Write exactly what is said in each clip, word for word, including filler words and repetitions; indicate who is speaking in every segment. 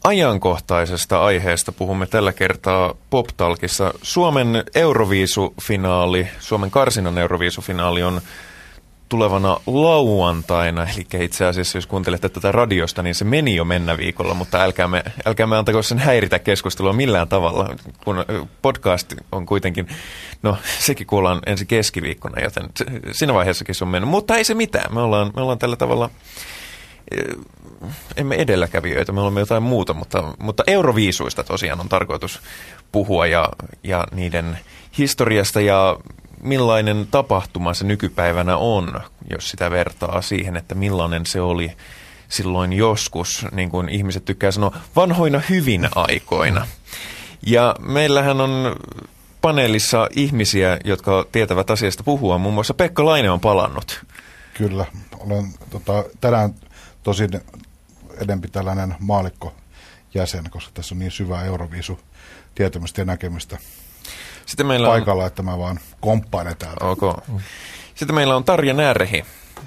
Speaker 1: ajankohtaisesta aiheesta puhumme tällä kertaa PopTalkissa. Suomen Euroviisufinaali, Suomen karsinnan Euroviisufinaali on tulevana lauantaina, eli itse asiassa jos kuuntelette tätä radiosta, niin se meni jo mennä viikolla, mutta älkäämme, älkäämme antako sen häiritä keskustelua millään tavalla, kun podcast on kuitenkin, no sekin kuullaan ensi keskiviikkona, joten siinä vaiheessakin se on mennyt, mutta ei se mitään, me ollaan, me ollaan tällä tavalla, emme edelläkävijöitä, me olemme jotain muuta, mutta, mutta Euroviisuista tosiaan on tarkoitus puhua ja, ja niiden historiasta ja millainen tapahtuma se nykypäivänä on, jos sitä vertaa siihen, että millainen se oli silloin joskus, niin kuin ihmiset tykkää sanoa, vanhoina hyvinä aikoina. Ja meillähän on paneelissa ihmisiä, jotka tietävät asiasta puhua. Muun muassa Pekka Laine on palannut.
Speaker 2: Kyllä, olen tota, tänään tosin edempi tällainen maalikkojäsen, koska tässä on niin syvää Euroviisu tietämystä ja näkemystä. Sitten meillä paikalla, on että mä vaan komppailen täältä.
Speaker 1: Okay. Sitten meillä on Tarja Närhi.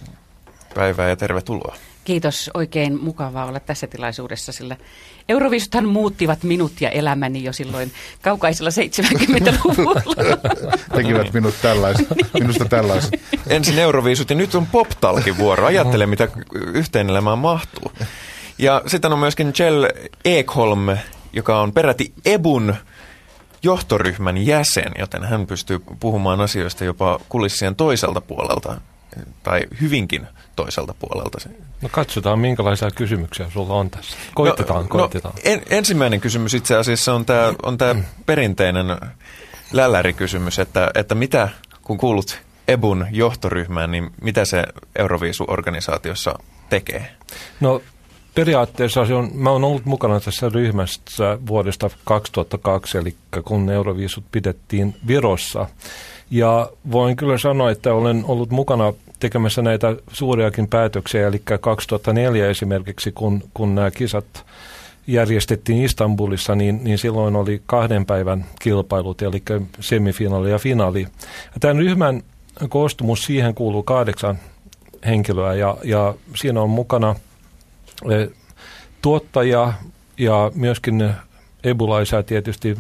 Speaker 1: Päivää ja tervetuloa.
Speaker 3: Kiitos, oikein mukavaa olla tässä tilaisuudessa, sillä Euroviisuthan muuttivat minut ja elämäni jo silloin kaukaisella seitsemänkymmentäluvulla.
Speaker 2: Tekivät minut tällaisen, minusta tällaisen.
Speaker 1: Ensin Euroviisut ja nyt on PopTalkin vuoro. Ajattele, mitä yhteen elämään mahtuu. Ja sitten on myöskin Kjell Ekholm, joka on peräti EBUn johtoryhmän jäsen, joten hän pystyy puhumaan asioista jopa kulissien toiselta puolelta, tai hyvinkin toiselta puolelta.
Speaker 4: No katsotaan, minkälaisia kysymyksiä sulla on tässä. Koitetaan, no, koitetaan.
Speaker 1: No, en, ensimmäinen kysymys itse asiassa on tämä on tää perinteinen lälärikysymys, että, että mitä, kun kuulut EBUn johtoryhmään, niin mitä se Euroviisu-organisaatiossa tekee?
Speaker 4: No periaatteessa se on, mä oon ollut mukana tässä ryhmässä vuodesta kaksituhattakaksi, eli kun Euroviisut pidettiin Virossa. Ja voin kyllä sanoa, että olen ollut mukana tekemässä näitä suuriakin päätöksiä, eli kaksituhattaneljä esimerkiksi, kun, kun nämä kisat järjestettiin Istanbulissa, niin, niin silloin oli kahden päivän kilpailut, eli semifinaali ja finaali. Ja tämän ryhmän koostumus, siihen kuuluu kahdeksan henkilöä, ja, ja siinä on mukana tuottaja ja myöskin ebulaisia tietysti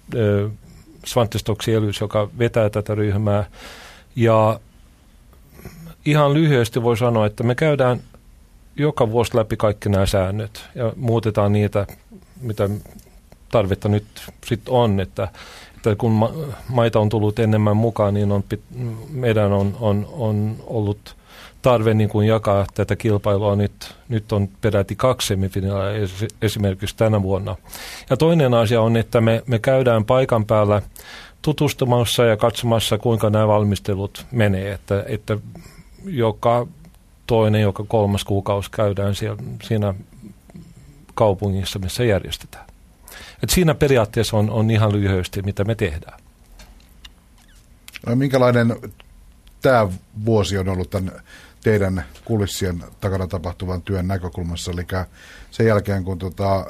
Speaker 4: Svante Stoksielius, joka vetää tätä ryhmää. Ja ihan lyhyesti voi sanoa, että me käydään joka vuosi läpi kaikki nämä säännöt ja muutetaan niitä, mitä tarvetta nyt sitten on, että, että kun ma- maita on tullut enemmän mukaan, niin on, meidän on, on, on ollut tarve niin kuin jakaa tätä kilpailua. Nyt, nyt on peräti kaksi semifinaalia esimerkiksi tänä vuonna. Ja toinen asia on, että me, me käydään paikan päällä tutustumassa ja katsomassa, kuinka nämä valmistelut menee. Että, että joka toinen, joka kolmas kuukausi käydään siellä, siinä kaupungissa, missä järjestetään. Et siinä periaatteessa on, on ihan lyhyesti, mitä me tehdään.
Speaker 2: No, minkälainen tämä vuosi on ollut tämän teidän kulissien takana tapahtuvan työn näkökulmassa, eli sen jälkeen kun tota,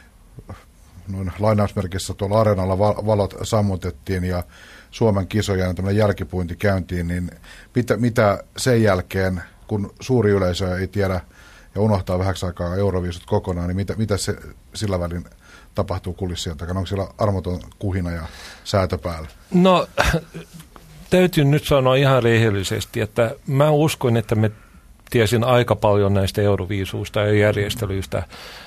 Speaker 2: noin lainausmerkissä tuolla areenalla valot sammutettiin ja Suomen kisojen tämmöinen jälkipuinti käyntiin, niin mitä, mitä sen jälkeen, kun suuri yleisö ei tiedä ja unohtaa vähäksi aikaa Euroviisut kokonaan, niin mitä, mitä se sillä välin tapahtuu kulissien takana? Onko siellä armoton kuhina ja säätö päällä?
Speaker 4: No täytyy nyt sanoa ihan rehellisesti, että mä uskon, että me tiesin aika paljon näistä Euroviisuista ja järjestelyistä,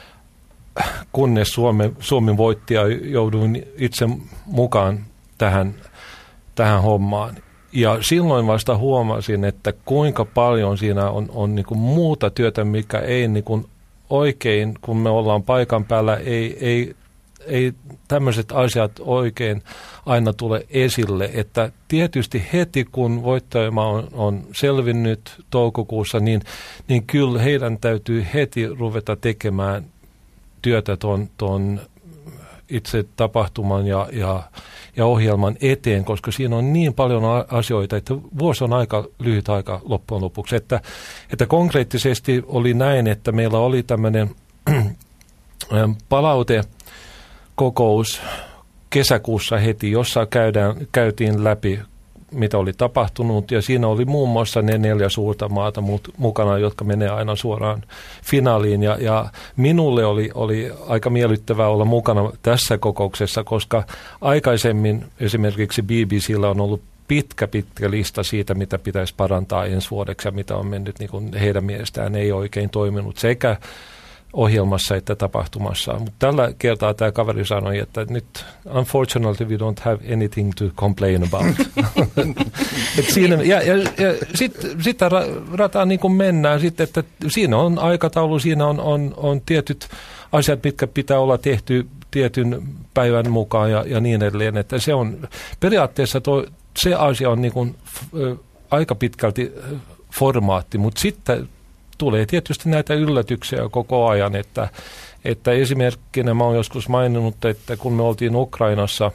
Speaker 4: kunnes Suomi, Suomi voitti ja jouduin itse mukaan tähän, tähän hommaan. Ja silloin vasta huomasin, että kuinka paljon siinä on, on niin kuin muuta työtä, mikä ei niin kuin oikein, kun me ollaan paikan päällä, ei, ei, ei tämmöiset asiat oikein aina tule esille. Että tietysti heti, kun voittajamaa on, on selvinnyt toukokuussa, niin, niin kyllä heidän täytyy heti ruveta tekemään työtä tuon, tuon itse tapahtuman ja, ja, ja ohjelman eteen, koska siinä on niin paljon asioita, että vuosi on aika lyhyt aika loppujen lopuksi. Että, että konkreettisesti oli näin, että meillä oli tämmöinen palautekokous kesäkuussa heti, jossa käydään, käytiin läpi mitä oli tapahtunut, ja siinä oli muun muassa ne neljä suurta maata mukana, jotka menee aina suoraan finaaliin, ja, ja minulle oli, oli aika miellyttävää olla mukana tässä kokouksessa, koska aikaisemmin esimerkiksi B B C:llä on ollut pitkä, pitkä lista siitä, mitä pitäisi parantaa ensi vuodeksi, ja mitä on mennyt niin kuin heidän mielestään ei oikein toiminut sekä ohjelmassa että tapahtumassa. Mutta tällä kertaa tämä kaveri sanoi, että nyt unfortunately we don't have anything to complain about. Et siinä, ja ja, ja sitten sit rataan niin kuin mennään, sit, että siinä on aikataulu, siinä on, on, on tietyt asiat, mitkä pitää olla tehty tietyn päivän mukaan ja, ja niin edelleen. Että se on periaatteessa tuo, se asia on niin kuin, ö, aika pitkälti formaatti, mutta sitten tulee tietysti näitä yllätyksiä koko ajan, että, että esimerkkinä mä oon joskus maininnut, että kun me oltiin Ukrainassa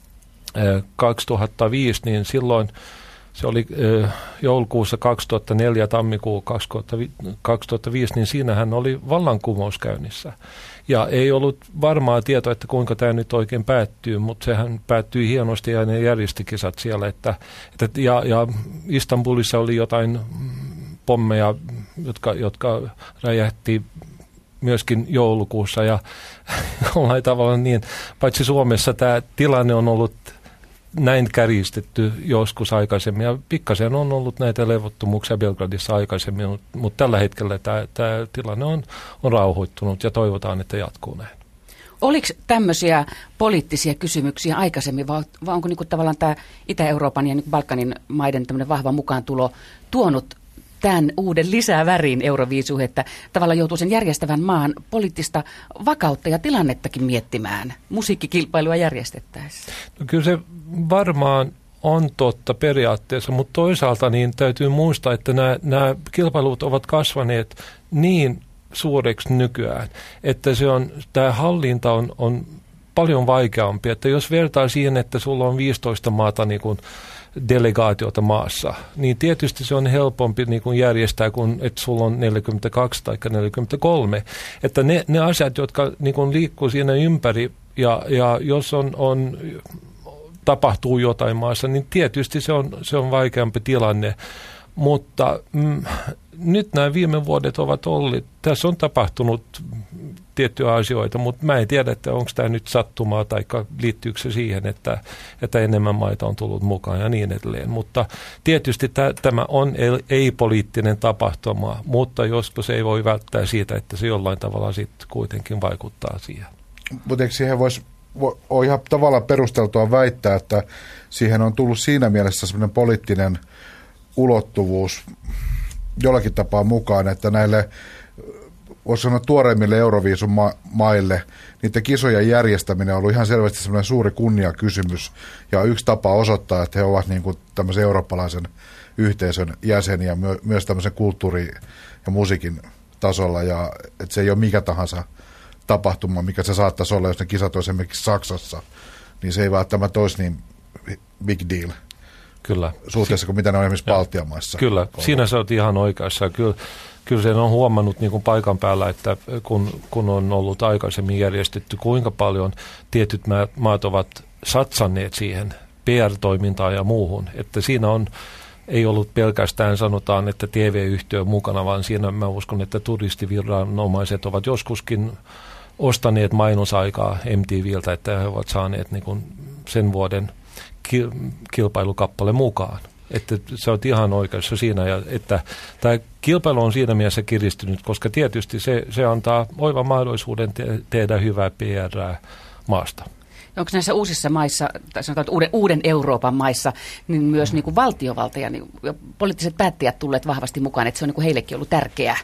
Speaker 4: kaksituhattaviisi, niin silloin se oli joulukuussa kaksituhattaneljä, tammikuu kaksituhattaviisi, niin siinähän oli vallankumous käynnissä. Ja ei ollut varmaa tietoa, että kuinka tämä nyt oikein päättyy, mutta sehän päättyi hienosti ja ne järjesti kisat siellä. Että, että, ja, ja Istanbulissa oli jotain pommeja, jotka, jotka räjähti myöskin joulukuussa ja jollain tavalla niin, paitsi Suomessa tämä tilanne on ollut näin kärjistetty joskus aikaisemmin ja pikkasen on ollut näitä levottomuuksia Belgradissa aikaisemmin, mutta, mutta tällä hetkellä tämä, tämä tilanne on, on rauhoittunut ja toivotaan, että jatkuu näin.
Speaker 3: Oliko tämmöisiä poliittisia kysymyksiä aikaisemmin, vai, vai onko niinku tavallaan tämä Itä-Euroopan ja Balkanin maiden tämmöinen vahva mukaantulo tuonut tämän uuden lisää väriin Euroviisuihin, että tavallaan joutuu sen järjestävän maan poliittista vakautta ja tilannettakin miettimään musiikkikilpailua järjestettäessä?
Speaker 4: No kyllä se varmaan on totta periaatteessa, mutta toisaalta niin täytyy muistaa, että nämä, nämä kilpailut ovat kasvaneet niin suureksi nykyään, että se on, tämä hallinta on, on paljon vaikeampi. Että jos vertaa siihen, että sulla on viisitoista maata niin kuin delegaatiota maassa, niin tietysti se on helpompi niin kuin järjestää, kun että sulla on neljäkymmentäkaksi tai neljäkymmentäkolme. Että ne, ne asiat, jotka niin kuin liikkuu siinä ympäri, ja, ja jos on, on, tapahtuu jotain maassa, niin tietysti se on, se on vaikeampi tilanne. Mutta mm, nyt nämä viime vuodet ovat olleet, tässä on tapahtunut tiettyjä asioita, mutta mä en tiedä, että onko tämä nyt sattumaa tai liittyykö se siihen, että, että enemmän maita on tullut mukaan ja niin edelleen. Mutta tietysti tämä, tämä on ei-poliittinen tapahtuma, mutta joskus ei voi välttää siitä, että se jollain tavalla sitten kuitenkin vaikuttaa siihen.
Speaker 2: Mutta eikö siihen voisi ole ihan tavallaan perusteltua väittää, että siihen on tullut siinä mielessä sellainen poliittinen ulottuvuus jollakin tapaa mukaan, että näille, voisi sanoa tuoreimmille Euroviisun ma- maille, niiden kisojen järjestäminen on ollut ihan selvästi sellainen suuri kunniakysymys ja yksi tapa osoittaa, että he ovat niin kuin tämmöisen eurooppalaisen yhteisön jäseniä my- myös tämmöisen kulttuuri- ja musiikin tasolla ja että se ei ole mikä tahansa tapahtuma, mikä se saattaisi olla, jos ne kisat olisi esimerkiksi Saksassa, niin se ei välttämättä olisi niin big deal.
Speaker 4: Kyllä.
Speaker 2: Suhteessa kuin mitä ne on esimerkiksi Baltian maissa.
Speaker 4: Kyllä, ollut. Siinä sä oot ihan oikeassa. Kyllä, kyllä sen on huomannut niin kuin paikan päällä, että kun, kun on ollut aikaisemmin järjestetty, kuinka paljon tietyt maat ovat satsanneet siihen P R-toimintaan ja muuhun. Että siinä on, ei ollut pelkästään sanotaan, että T V-yhtiö on mukana, vaan siinä mä uskon, että turistiviranomaiset ovat joskuskin ostaneet mainosaikaa M T V:ltä, että he ovat saaneet niin kuin sen vuoden kilpailukappale mukaan. Että se on ihan oikeassa siinä, ja että tämä kilpailu on siinä mielessä kiristynyt, koska tietysti se, se antaa oivan mahdollisuuden te- tehdä hyvää P R:ää maasta.
Speaker 3: Onko näissä uusissa maissa, tai sanotaan uuden, uuden Euroopan maissa, niin myös niin kuin valtiovalta ja, niin, ja poliittiset päättäjät tulleet vahvasti mukaan, että se on niin kuin heillekin ollut tärkeää?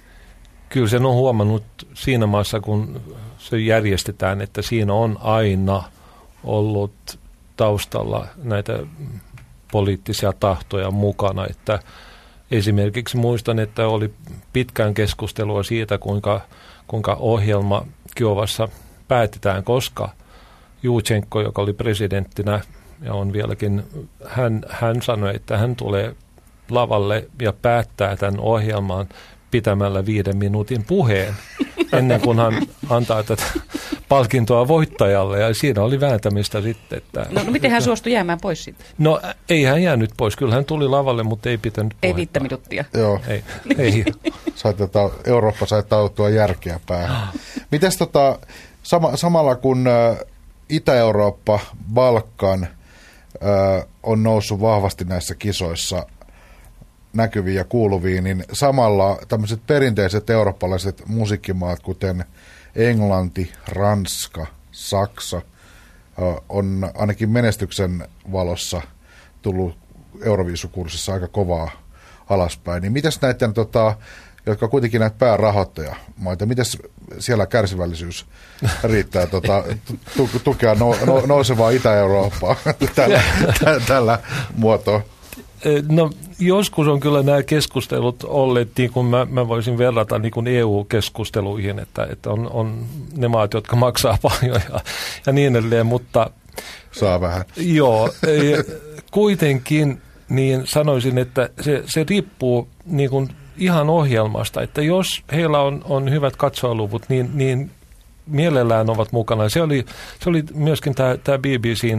Speaker 4: Kyllä sen on huomannut siinä maassa, kun se järjestetään, että siinä on aina ollut taustalla näitä poliittisia tahtoja mukana, että esimerkiksi muistan, että oli pitkään keskustelua siitä, kuinka, kuinka ohjelma Kiovassa päätetään, koska Juutsenko, joka oli presidenttinä ja on vieläkin, hän, hän sanoi, että hän tulee lavalle ja päättää tämän ohjelman pitämällä viiden minuutin puheen, ennen kuin hän antaa tätä palkintoa voittajalle ja siinä oli vääntämistä sitten. Että
Speaker 3: no, no miten hän suostui jäämään pois siitä?
Speaker 4: No ei hän jäänyt pois, kyllä hän tuli lavalle, mutta ei pitänyt puhetta.
Speaker 3: Ei viittä minuuttia.
Speaker 2: Joo.
Speaker 4: Ei, ei.
Speaker 2: Saiteta, Eurooppa sai tauttua järkeä päähän. Mites tota, sama, samalla kun ä, Itä-Eurooppa, Balkan ä, on noussut vahvasti näissä kisoissa näkyviin ja kuuluviin, niin samalla tämmöiset perinteiset eurooppalaiset musiikkimaat, kuten Englanti, Ranska, Saksa, on ainakin menestyksen valossa tullut Euroviisukurssissa aika kovaa alaspäin. Niin mitäs näiden, tota, jotka kuitenkin näitä päärahoittajamaita, mitäs siellä kärsivällisyys riittää tota, tu- tukea no, no, nousevaa Itä-Eurooppaa tällä, tällä muotoa?
Speaker 4: No joskus on kyllä nämä keskustelut olleet, niin kuin mä, mä voisin verrata niin kuin E U-keskusteluihin, että, että on, on ne maat, jotka maksaa paljon ja, ja niin edelleen, mutta...
Speaker 2: Saa vähän.
Speaker 4: Joo, kuitenkin niin sanoisin, että se, se riippuu niin kuin ihan ohjelmasta, että jos heillä on, on hyvät katsojaluvut, niin, niin mielellään ovat mukana. Se oli, se oli myöskin tämä, tämä B B C:n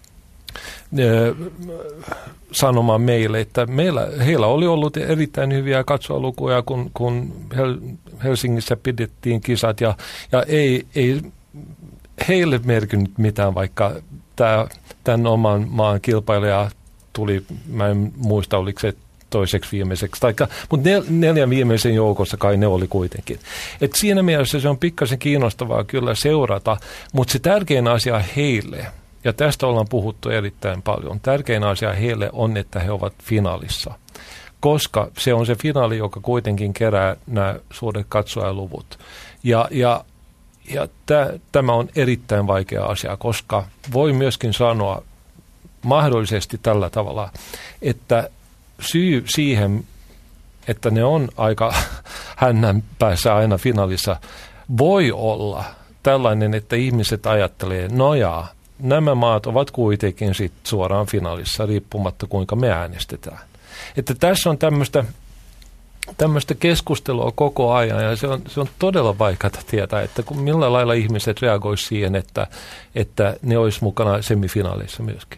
Speaker 4: sanoma meille, että meillä, heillä oli ollut erittäin hyviä katsojalukuja, kun, kun Helsingissä pidettiin kisat, ja, ja ei, ei heille merkinnyt mitään, vaikka tämä, tämän oman maan kilpailija tuli, mä en muista, oliko se toiseksi viimeiseksi, taikka, mutta nel, neljän viimeisen joukossa kai ne oli kuitenkin. Et siinä mielessä se on pikkasen kiinnostavaa kyllä seurata, mutta se tärkein asia heille, ja tästä ollaan puhuttu erittäin paljon. Tärkein asia heille on, että he ovat finaalissa, koska se on se finaali, joka kuitenkin kerää nämä suuret katsojaluvut. Ja, ja, ja tä, tämä on erittäin vaikea asia, koska voi myöskin sanoa mahdollisesti tällä tavalla, että syy siihen, että ne on aika hännän päässä aina finaalissa, voi olla tällainen, että ihmiset ajattelee, nojaa, nämä maat ovat kuitenkin sit suoraan finaalissa, riippumatta kuinka me äänestetään. Että tässä on tämmöistä, tämmöistä keskustelua koko ajan, ja se on, se on todella vaikeaa tietää, että kun, millä lailla ihmiset reagoisivat siihen, että, että ne olisi mukana semifinaaleissa myöskin.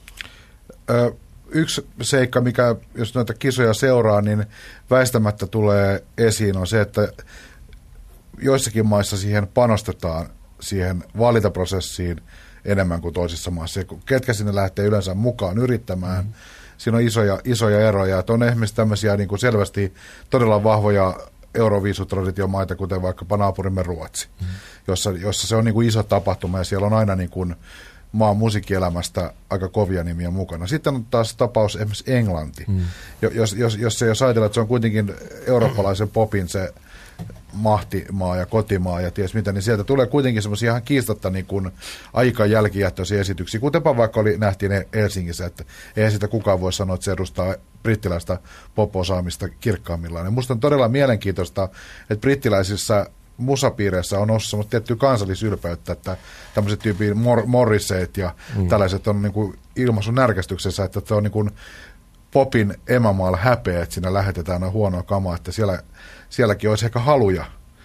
Speaker 2: Ö, yksi seikka, mikä jos noita kisoja seuraa, niin väistämättä tulee esiin, on se, että joissakin maissa siihen panostetaan, siihen valintaprosessiin, enemmän kuin toisissa maissa. Ketkä sinne lähtee yleensä mukaan yrittämään. Mm. Siinä on isoja, isoja eroja. Että on esimerkiksi tämmöisiä niin kuin selvästi todella vahvoja euroviisutraditiomaita, kuten vaikkapa naapurimme Ruotsi, mm. jossa, jossa se on niin kuin iso tapahtuma ja siellä on aina niin kuin maan musiikkielämästä aika kovia nimiä mukana. Sitten on taas tapaus esimerkiksi Englanti, mm. jos, jos, jos se jos ajatellaan, että se on kuitenkin eurooppalaisen popin se mahtimaa ja kotimaa ja ties mitä, niin sieltä tulee kuitenkin semmoisia ihan kiistatta niin kuin aika jälkijättöisiä esityksiä, kutenpa vaikka oli, nähtiin Helsingissä, että eihän sitä kukaan voi sanoa, että se edustaa brittiläistä pop-osaamista kirkkaammillaan. Ja musta on todella mielenkiintoista, että brittiläisissä musapiireissä on noussut semmoista tiettyä kansallisylpeyttä, että tämmöiset tyyppiin Mor- Morriseet ja mm. tällaiset on niin kuin ilmaisun närkästyksessä, että se on niin kuin popin emämaalla häpeä, että siinä lähetetään huonoa kamaa, että siellä, sielläkin olisi ehkä haluja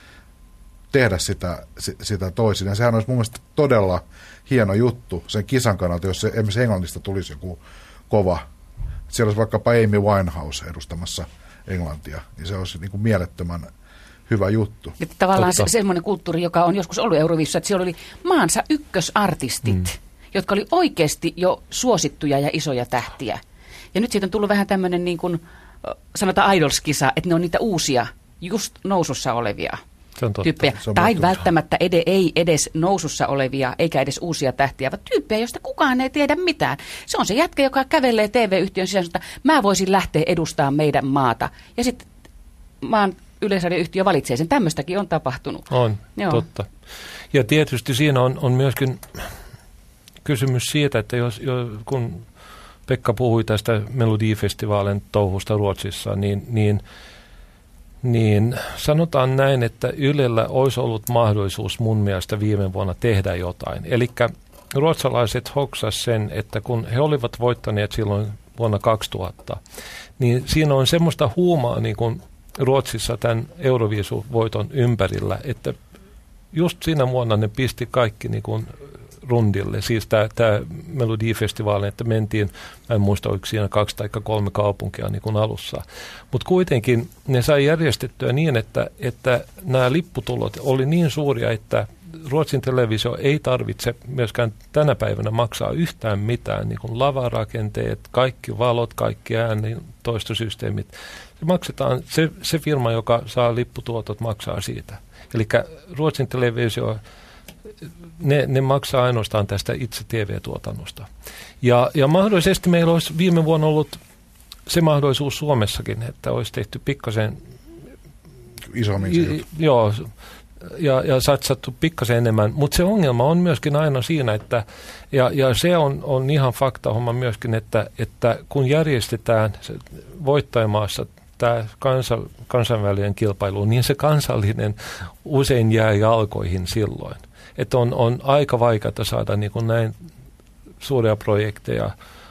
Speaker 2: tehdä sitä, sitä toisin. Ja sehän olisi mun mielestä todella hieno juttu sen kisan kannalta, jos se esimerkiksi Englannista tulisi joku kova. Siellä olisi vaikkapa Amy Winehouse edustamassa Englantia, niin se olisi niin kuin mielettömän hyvä juttu.
Speaker 3: Että tavallaan se, semmoinen kulttuuri, joka on joskus ollut Euroviisussa, että siellä oli maansa ykkösartistit, mm. jotka oli oikeasti jo suosittuja ja isoja tähtiä. Ja nyt siitä on tullut vähän tämmöinen niin kuin, sanotaan Idols-kisa, että ne on niitä uusia, just nousussa olevia tyyppejä. Tai välttämättä ed- ei edes nousussa olevia, eikä edes uusia tähtiä, vaan tyyppejä, joista kukaan ei tiedä mitään. Se on se jätkä, joka kävelee T V-yhtiön sisällä, että mä voisin lähteä edustamaan meidän maata. Ja sitten maan yleisradioyhtiö valitsee sen. Tämmöistäkin on tapahtunut.
Speaker 4: On, Joo. totta. Ja tietysti siinä on, on myöskin kysymys siitä, että jos, jos kun Pekka puhui tästä Melodifestivaalin touhusta Ruotsissa, niin, niin, niin sanotaan näin, että Ylellä olisi ollut mahdollisuus mun mielestä viime vuonna tehdä jotain. Eli ruotsalaiset hoksas sen, että kun he olivat voittaneet silloin vuonna kaksituhatta, niin siinä on semmoista huumaa niin kuin Ruotsissa tämän Euroviisuvoiton ympärillä, että just siinä vuonna ne pisti kaikki niin kuin rundille, siis tämä Melodifestivaali, että mentiin, mä en muista, oliko siinä kaksi tai kolme kaupunkia niin kuin alussa. Mutta kuitenkin ne sai järjestettyä niin, että, että nämä lipputulot oli niin suuria, että Ruotsin televisio ei tarvitse myöskään tänä päivänä maksaa yhtään mitään, niin kuin lavarakenteet, kaikki valot, kaikki ääni, toistosysteemit. Se maksetaan, se, se firma, joka saa lipputuotot, maksaa siitä. Eli Ruotsin televisio, ne, ne maksaa ainoastaan tästä itse T V-tuotannosta. Ja, ja mahdollisesti meillä olisi viime vuonna ollut se mahdollisuus Suomessakin, että olisi tehty pikkasen
Speaker 2: isommin.
Speaker 4: Joo, ja, ja satsattu pikkasen enemmän. Mutta se ongelma on myöskin aina siinä, että, ja, ja se on, on ihan faktahomma myöskin, että, että kun järjestetään voittajamaassa tämä kansa, kansainvälinen kilpailu, niin se kansallinen usein jää jalkoihin silloin. Että on, on aika vaikeaa saada niin kuin näin suuria projekteja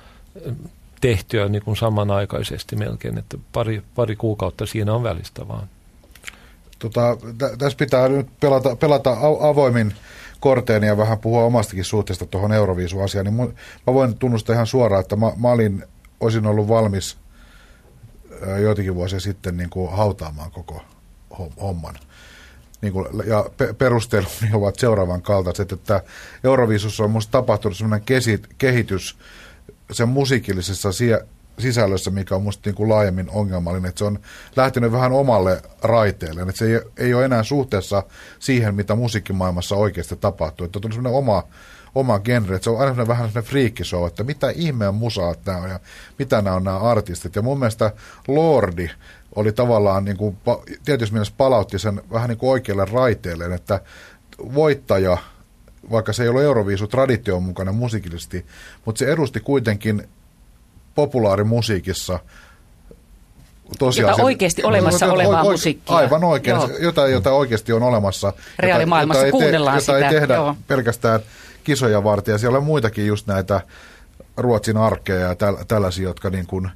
Speaker 4: tehtyä niin kuin samanaikaisesti melkein, että pari, pari kuukautta siinä on välistä vaan.
Speaker 2: Tota, tä, tässä pitää nyt pelata, pelata avoimin korteen ja vähän puhua omastakin suhteesta tuohon Euroviisu-asiaan. Niin mun, mä voin tunnustaa ihan suoraan, että mä, mä olin, olisin ollut valmis ää, joitakin vuosia sitten niin kuin hautaamaan koko homman. Niin kuin, ja pe, perusteluni ovat seuraavan kaltaiset, että Euroviisussa on musta tapahtunut sellainen kesit, kehitys sen musiikillisessa sie, sisällössä, mikä on musta niin kuin laajemmin ongelmallinen, että se on lähtenyt vähän omalle raiteelle, että se ei, ei ole enää suhteessa siihen, mitä musiikkimaailmassa oikeasti tapahtuu, että on tullut sellainen oma, oma genre, että se on aina sellainen, vähän sellainen friikkishow, että mitä ihmeen musaa nämä on ja mitä nämä on nämä artistit, ja mun mielestä Lordi oli tavallaan, niin kuin, tietysti mielessä palautti sen vähän niin kuin oikealle raiteelle, että voittaja, vaikka se ei ollut Euroviisu tradition mukainen musiikillisesti, mutta se edusti kuitenkin populaarimusiikissa
Speaker 3: jota oikeasti olemassa jota, olevaa o, o, musiikkia.
Speaker 2: Aivan oikein, jota, jota oikeasti on olemassa.
Speaker 3: Reaalimaailmassa jota, jota kuunnellaan
Speaker 2: jota
Speaker 3: sitä.
Speaker 2: Jota ei tehdä
Speaker 3: Joo.
Speaker 2: pelkästään kisoja varten. Ja siellä on muitakin just näitä Ruotsin arkkeja ja täl, tällaisia, jotka niin kuin,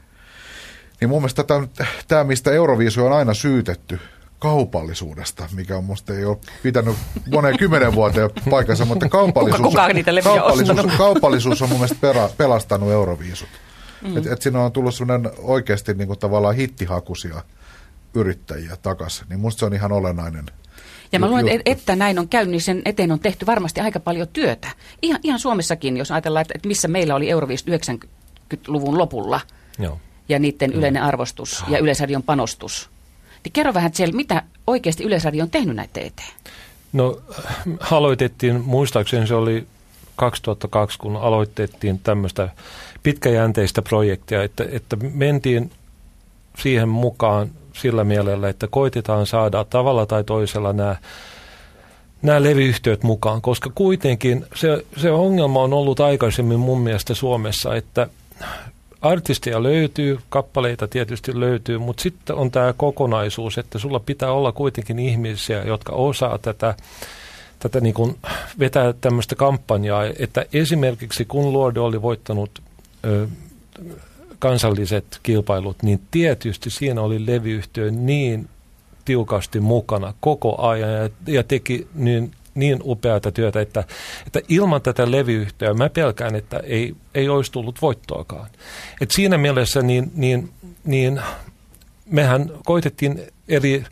Speaker 2: niin mun mielestä tämä, tämä, mistä Euroviisu on aina syytetty, kaupallisuudesta, mikä on musta ei ole pitänyt moneen kymmenen vuoteen paikassa, mutta kaupallisuus, kaupallisuus, kaupallisuus on mun mielestä pera, pelastanut Euroviisut. Mm. Että et siinä on tullut sellainen oikeasti niin kuin tavallaan hittihakuisia yrittäjiä takaisin, niin musta se on ihan olennainen.
Speaker 3: Ja mä luulen, että, että näin on käynyt, niin sen eteen on tehty varmasti aika paljon työtä. Ihan, ihan Suomessakin, jos ajatellaan, että missä meillä oli Euroviisut yhdeksänkymmentäluvun lopulla. Joo. Ja niiden yleinen arvostus ja Yleisradion panostus. Niin kerro vähän, siellä, mitä oikeasti Yleisradio on tehnyt näitä eteen?
Speaker 4: No aloitettiin, muistaakseni se oli kaksituhattakaksi, kun aloitettiin tämmöistä pitkäjänteistä projektia, että, että mentiin siihen mukaan sillä mielellä, että koitetaan saada tavalla tai toisella nämä, nämä levyyhtiöt mukaan, koska kuitenkin se, se ongelma on ollut aikaisemmin mun mielestä Suomessa, että artisteja löytyy, kappaleita tietysti löytyy, mutta sitten on tämä kokonaisuus, että sulla pitää olla kuitenkin ihmisiä, jotka osaa tätä, tätä niin kuin vetää tämmöistä kampanjaa, että esimerkiksi kun Lorde oli voittanut ö, kansalliset kilpailut, niin tietysti siinä oli levyyhtiö niin tiukasti mukana koko ajan ja, ja teki niin niin upeata työtä, että, että ilman tätä levyyhtiöä mä pelkään, että ei, ei olisi tullut voittoakaan. Et siinä mielessä niin, niin, niin mehän koitettiin eri,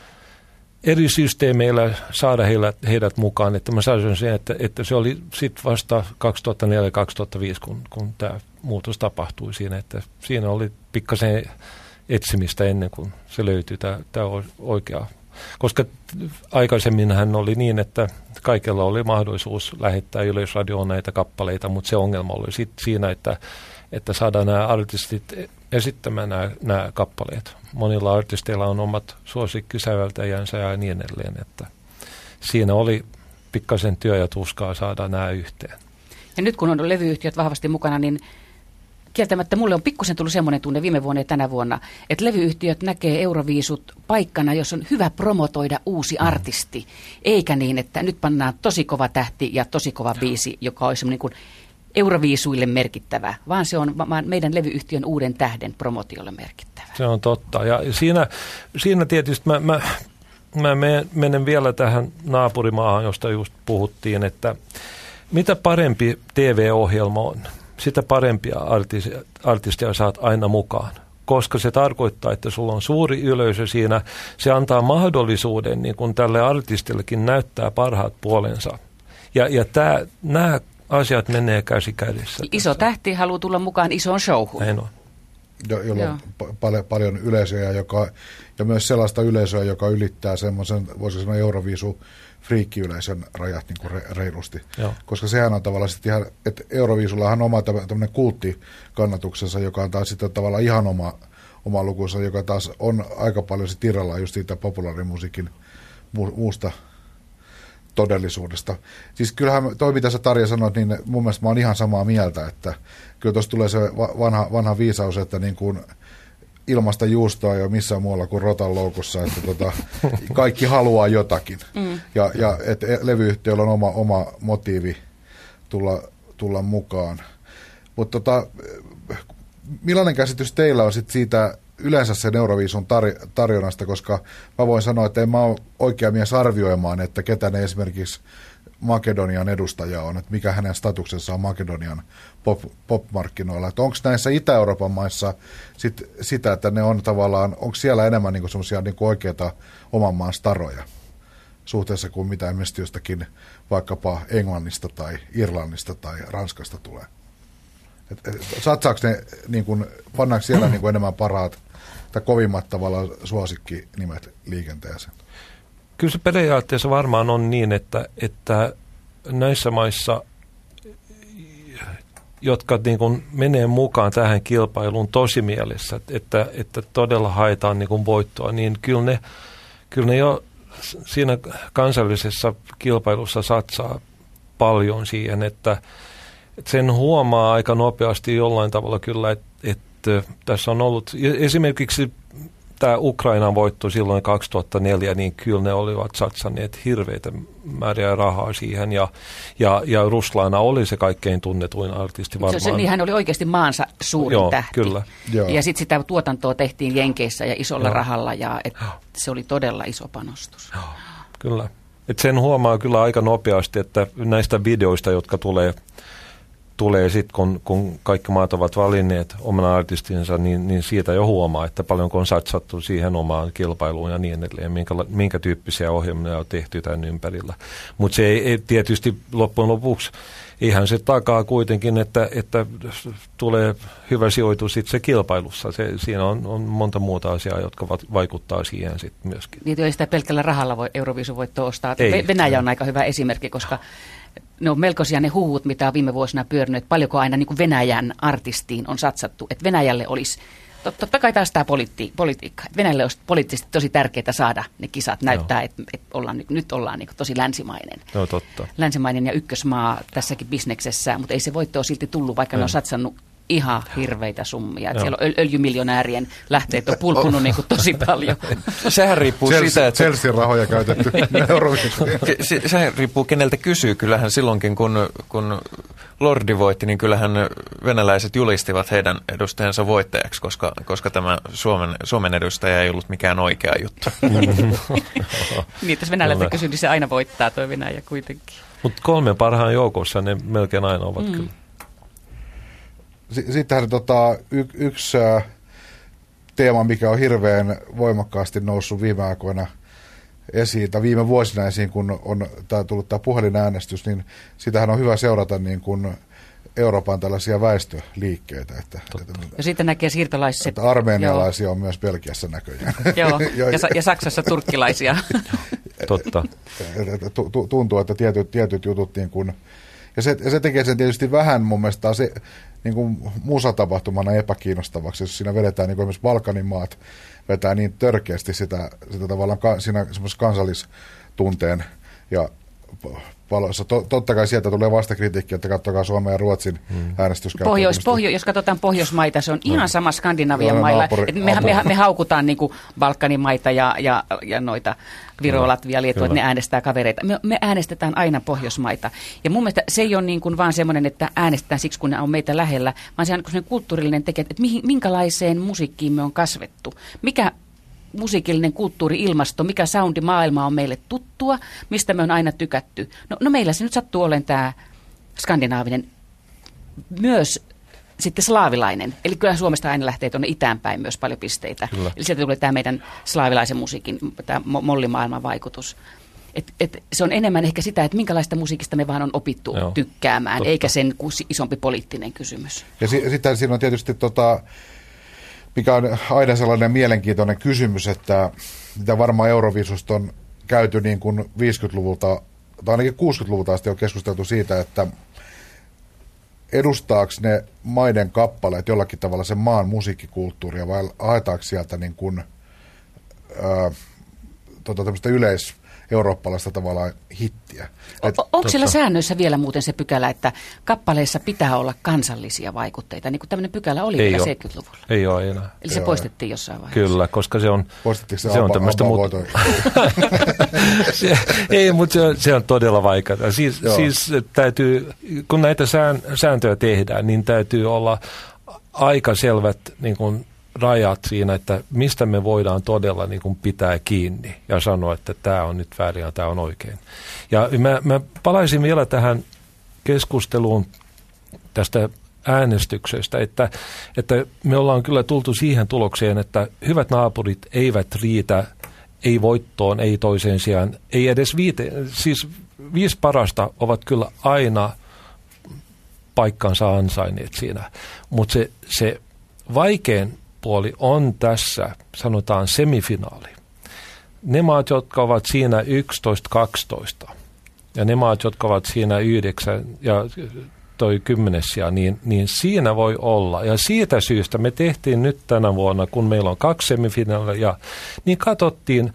Speaker 4: eri systeemeillä saada heidät, heidät mukaan, että mä sanoisin sen, että, että se oli sitten vasta kaksituhattaneljä kaksituhattaviisi, kun, kun tämä muutos tapahtui siinä, että siinä oli pikkasen etsimistä ennen kuin se löytyi tämä, tämä oikea. Koska aikaisemmin hän oli niin, että kaikella oli mahdollisuus lähettää Yleisradioon näitä kappaleita, mutta se ongelma oli sitten siinä, että, että saadaan nämä artistit esittämään nämä, nämä kappaleet. Monilla artisteilla on omat suosikkisäveltäjänsä ja niin edelleen, että siinä oli pikkasen työ ja tuskaa saada nämä yhteen.
Speaker 3: Ja nyt kun on levyyhtiöt vahvasti mukana, niin kieltämättä mulle on pikkusen tullut semmoinen tunne viime vuonna ja tänä vuonna, että levyyhtiöt näkee Euroviisut paikkana, jos on hyvä promotoida uusi artisti, eikä niin, että nyt pannaan tosi kova tähti ja tosi kova biisi, joka olisi semmoinen kuin Euroviisuille merkittävä, vaan se on meidän levyyhtiön uuden tähden promotiolle merkittävä.
Speaker 4: Se on totta. Ja siinä, siinä tietysti mä, mä mä menen vielä tähän naapurimaahan, josta just puhuttiin, että mitä parempi T V-ohjelma on, sitä parempia artistia, artistia saat aina mukaan. Koska se tarkoittaa, että sulla on suuri yleisö siinä. Se antaa mahdollisuuden niin kun tälle artistillekin näyttää parhaat puolensa. Ja, ja tää, nämä asiat menee käsi kädessä.
Speaker 3: Iso tähti haluaa tulla mukaan isoon showhun.
Speaker 4: Näin on.
Speaker 2: Jo, jolla on pa- paljon, paljon yleisöä joka, ja myös sellaista yleisöä, joka ylittää semmoisen, voisiko sanoa Euroviisu friikkiyleisön rajat niin kuin re, reilusti. Joo. Koska sehän on tavallaan sitten ihan, että Euroviisullahan on oma tämmöinen kulttikannatuksensa, joka on taas sitten tavallaan ihan oma, oma lukunsa, joka taas on aika paljon sitten irrallaan just siitä populaarimusiikin mu, muusta todellisuudesta. Siis kyllähän toi, mitä sä Tarja sanoit, niin mun mielestä mä oon ihan samaa mieltä, että kyllä tuossa tulee se vanha, vanha viisaus, että niin kuin ilmasta juustoa ei ole missään muualla kuin rotan loukussa, että tota, kaikki haluaa jotakin. Mm. Ja, ja että levyyhtiöllä on oma, oma motiivi tulla, tulla mukaan. Mutta tota, millainen käsitys teillä on sit siitä yleensä sen Euroviisun tar- tarjonnasta, koska mä voin sanoa, että en mä ole oikea mies arvioimaan, että ketä ne esimerkiksi Makedonian edustaja on, että mikä hänen statuksensa on Makedonian pop, pop-markkinoilla. Että onko näissä Itä-Euroopan maissa sit, sitä, että ne on tavallaan, onko siellä enemmän niinku semmoisia niinku oikeita oman maan staroja suhteessa kuin mitä esimerkiksi jostakin vaikkapa Englannista tai Irlannista tai Ranskasta tulee? Et, et, satsaako ne, niin kun, pannaanko siellä niin kun enemmän parhaat tai kovimmat tavallaan suosikkinimet liikenteeseen?
Speaker 4: Kyllä se periaatteessa varmaan on niin, että, että näissä maissa, jotka niin kuin menee mukaan tähän kilpailuun tosimielessä, että, että todella haetaan niin kuin voittoa, niin kyllä ne, kyllä ne jo siinä kansallisessa kilpailussa satsaa paljon siihen, että, että sen huomaa aika nopeasti jollain tavalla kyllä, että, että tässä on ollut esimerkiksi tämä Ukrainan voitto silloin kaksituhattaneljä, niin kyllä ne olivat satsanneet hirveitä määriä rahaa siihen, ja, ja, ja Ruslana oli se kaikkein tunnetuin artisti varmaan.
Speaker 3: Se, niin hän oli oikeasti maansa suurin
Speaker 4: Joo,
Speaker 3: tähti.
Speaker 4: Kyllä.
Speaker 3: Ja sitten sitä tuotantoa tehtiin Jenkeissä ja isolla Joo. rahalla, ja et se oli todella iso panostus.
Speaker 4: Joo, kyllä. Et sen huomaa kyllä aika nopeasti, että näistä videoista, jotka tulee tulee sitten, kun, kun kaikki maat ovat valinneet oman artistinsa, niin, niin siitä jo huomaa, että paljonko on satsattu siihen omaan kilpailuun ja niin edelleen, minkä, minkä tyyppisiä ohjelmia on tehty tämän ympärillä. Mutta se ei, ei tietysti loppujen lopuksi, ihan se takaa kuitenkin, että, että tulee hyvä sijoitus itse kilpailussa. Se, siinä on, on monta muuta asiaa, jotka vaikuttaa siihen sitten myöskin.
Speaker 3: Niin ei sitä pelkällä rahalla voi Euroviisuvoittoa ostaa.
Speaker 4: Ei.
Speaker 3: Venäjä on aika hyvä esimerkki, koska ne on melkoisia ne huhut, mitä on viime vuosina pyörinyt, paljonko aina niin kuin Venäjän artistiin on satsattu. Että Venäjälle olisi, totta kai taas tämä politi- politiikka, että Venäjälle olisi poliittisesti tosi tärkeää saada ne kisat, näyttää, että, että ollaan, nyt ollaan niin kuin tosi länsimainen.
Speaker 4: No, totta.
Speaker 3: Länsimainen ja ykkösmaa tässäkin bisneksessä, mutta ei se voitto ole silti tullut, vaikka mm. ne on satsannut ihan hirveitä summia. Että siellä on öl- öljymiljonäärien lähteet on pulkunut niin kuin tosi paljon.
Speaker 1: Sehän riippuu
Speaker 2: Chelsea,
Speaker 1: siitä, että
Speaker 2: Chelsean rahoja käytetty Euroviisuun.
Speaker 1: Se, sehän riippuu keneltä kysyy. Kyllähän silloinkin, kun, kun Lordi voitti, niin kyllähän venäläiset julistivat heidän edustajansa voittajaksi, koska, koska tämä Suomen, Suomen edustaja ei ollut mikään oikea juttu.
Speaker 3: Niin, jos venäläiseltä kysyy, niin se aina voittaa tuo Venäjä kuitenkin.
Speaker 4: Mutta kolmen parhaan joukossa ne melkein aina ovat mm. kyllä.
Speaker 2: Sittenhän tota, y- yksi äh, teema, mikä on hirveän voimakkaasti noussut viime aikoina esiin, tai viime vuosina esiin, kun on tää tullut tämä puhelinäänestys, niin sitähän on hyvä seurata niin kuin Euroopan tällaisia väestöliikkeitä. Että, että,
Speaker 3: ja sitten näkee siirtolaiset.
Speaker 2: Että armeenialaisia on myös Belgiassa näköjään.
Speaker 3: Joo, ja, ja Saksassa turkkilaisia.
Speaker 4: Totta.
Speaker 2: Tuntuu, että tietyt, tietyt jutut niin kuin, ja se, ja se tekee sen tietysti vähän mun mielestä se niin kuin musatapahtumana epäkiinnostavaksi, jos siinä vedetään niin kuin esimerkiksi Balkanin maat, vetää niin törkeästi sitä, sitä tavallaan ka, siinä semmoisen kansallistunteen ja valossa. Totta kai sieltä tulee vastakritiikki, että katsokaa Suomen ja Ruotsin hmm. äänestyskäyttäytymistä. Pohjois,
Speaker 3: pohjo, jos katsotaan Pohjoismaita, se on no. ihan sama Skandinavian no, mailla. Naapuri, me, me, me haukutaan niin kuin Balkanin maita ja, ja, ja noita Viro, no, Latvia, Liettua, että ne äänestää kavereita. Me, me äänestetään aina Pohjoismaita. Ja mun mielestä se ei ole niin kuin vaan semmoinen, että äänestetään siksi, kun ne on meitä lähellä, vaan se on semmoinen kulttuurillinen tekijä, että mihin, minkälaiseen musiikkiin me on kasvettu. Mikä musiikillinen kulttuuri-ilmasto, mikä soundimaailma on meille tuttua, mistä me on aina tykätty. No, no meillä se nyt sattuu olemaan tämä skandinaavinen, myös sitten slaavilainen. Eli kyllä Suomesta aina lähtee tuonne itäänpäin myös paljon pisteitä. Kyllä. Eli sieltä tulee tämä meidän slaavilaisen musiikin, tämä mollimaailman vaikutus. Et, et se on enemmän ehkä sitä, että minkälaista musiikista me vaan on opittu Joo, tykkäämään, totta. Eikä sen isompi poliittinen kysymys. Ja
Speaker 2: si- sitten siinä on tietysti, tota, mikä on aina sellainen mielenkiintoinen kysymys, että mitä varmaan Euroviisusta on käyty niin kuin viisikymmentäluvulta, tai ainakin kuusikymmentäluvulta asti on keskusteltu siitä, että edustaako ne maiden kappaleet jollakin tavalla sen maan musiikkikulttuuria, vai haetaanko sieltä niin kuin, ää, tota, tämmöistä yleis- eurooppalaista tavallaan hittiä.
Speaker 3: Et, o, onko siellä säännöissä vielä muuten se pykälä, että kappaleissa pitää olla kansallisia vaikutteita, niin kuin tämmöinen pykälä oli vielä seitsemänkymmentäluvulla?
Speaker 4: Ei ole enää.
Speaker 3: Eli se
Speaker 4: Ei
Speaker 3: poistettiin
Speaker 4: ole.
Speaker 3: Jossain vaiheessa?
Speaker 4: Kyllä, koska se on,
Speaker 2: se
Speaker 4: se on tämmöistä muuta. Ei, mutta se on, se on todella vaikeaa. Siis, siis täytyy, kun näitä sään, sääntöjä tehdään, niin täytyy olla aika selvät niin kuin rajat siinä, että mistä me voidaan todella niin kuin pitää kiinni ja sanoa, että tämä on nyt väärin ja tämä on oikein. Ja mä, mä palaisin vielä tähän keskusteluun tästä äänestyksestä, että, että me ollaan kyllä tultu siihen tulokseen, että hyvät naapurit eivät riitä, ei voittoon, ei toiseen sijaan, ei edes viite, siis viisi parasta ovat kyllä aina paikkansa ansainneet siinä, mutta se, se vaikein puoli on tässä, sanotaan semifinaali. Ne maat, jotka ovat siinä yksitoista kaksitoista ja ne maat, jotka ovat siinä yhdeksän ja toi kymmenessä, niin, niin siinä voi olla. Ja siitä syystä me tehtiin nyt tänä vuonna, kun meillä on kaksi semifinaalia, niin katsottiin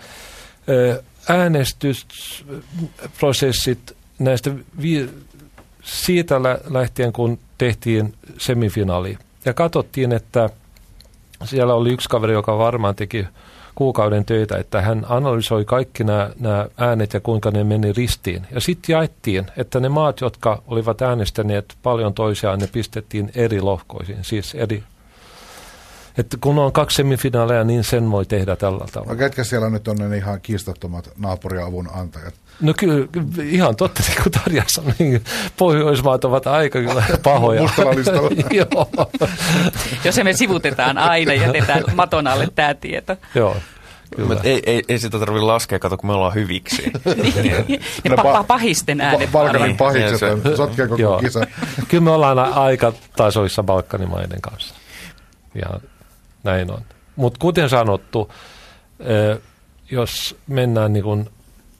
Speaker 4: äänestysprosessit näistä vi- siitä lähtien, kun tehtiin semifinaali. Ja katsottiin, että siellä oli yksi kaveri, joka varmaan teki kuukauden töitä, että hän analysoi kaikki nämä, nämä äänet ja kuinka ne meni ristiin. Ja sitten jaettiin, että ne maat, jotka olivat äänestäneet paljon toisiaan, ne pistettiin eri lohkoisiin, siis eri. Että kun on kaksi semifinaaleja, niin sen voi tehdä tällä tavalla.
Speaker 2: No ketkä siellä nyt on ne ihan kiistattomat naapuriavun antajat?
Speaker 4: No kyllä, ihan totta, niin kuin Tarja sanoi, niin Pohjoismaat ovat aika kyllä pahoja.
Speaker 2: Mustalla listalla.
Speaker 4: Joo.
Speaker 3: Jos me sivutetaan aina ja jätetään maton alle tämä tieto.
Speaker 4: Joo. Kyllä.
Speaker 1: Ei, ei, ei sitä tarvitse laskea, kato, kun me ollaan hyviksi.
Speaker 3: niin, ne pa- pahisten äänet.
Speaker 2: Balkanin pahikset, sotkee koko kisa.
Speaker 4: Kyllä me ollaan aika tasoissa Balkanimaiden kanssa. Ja näin on. Mutta kuten sanottu, jos mennään niin kun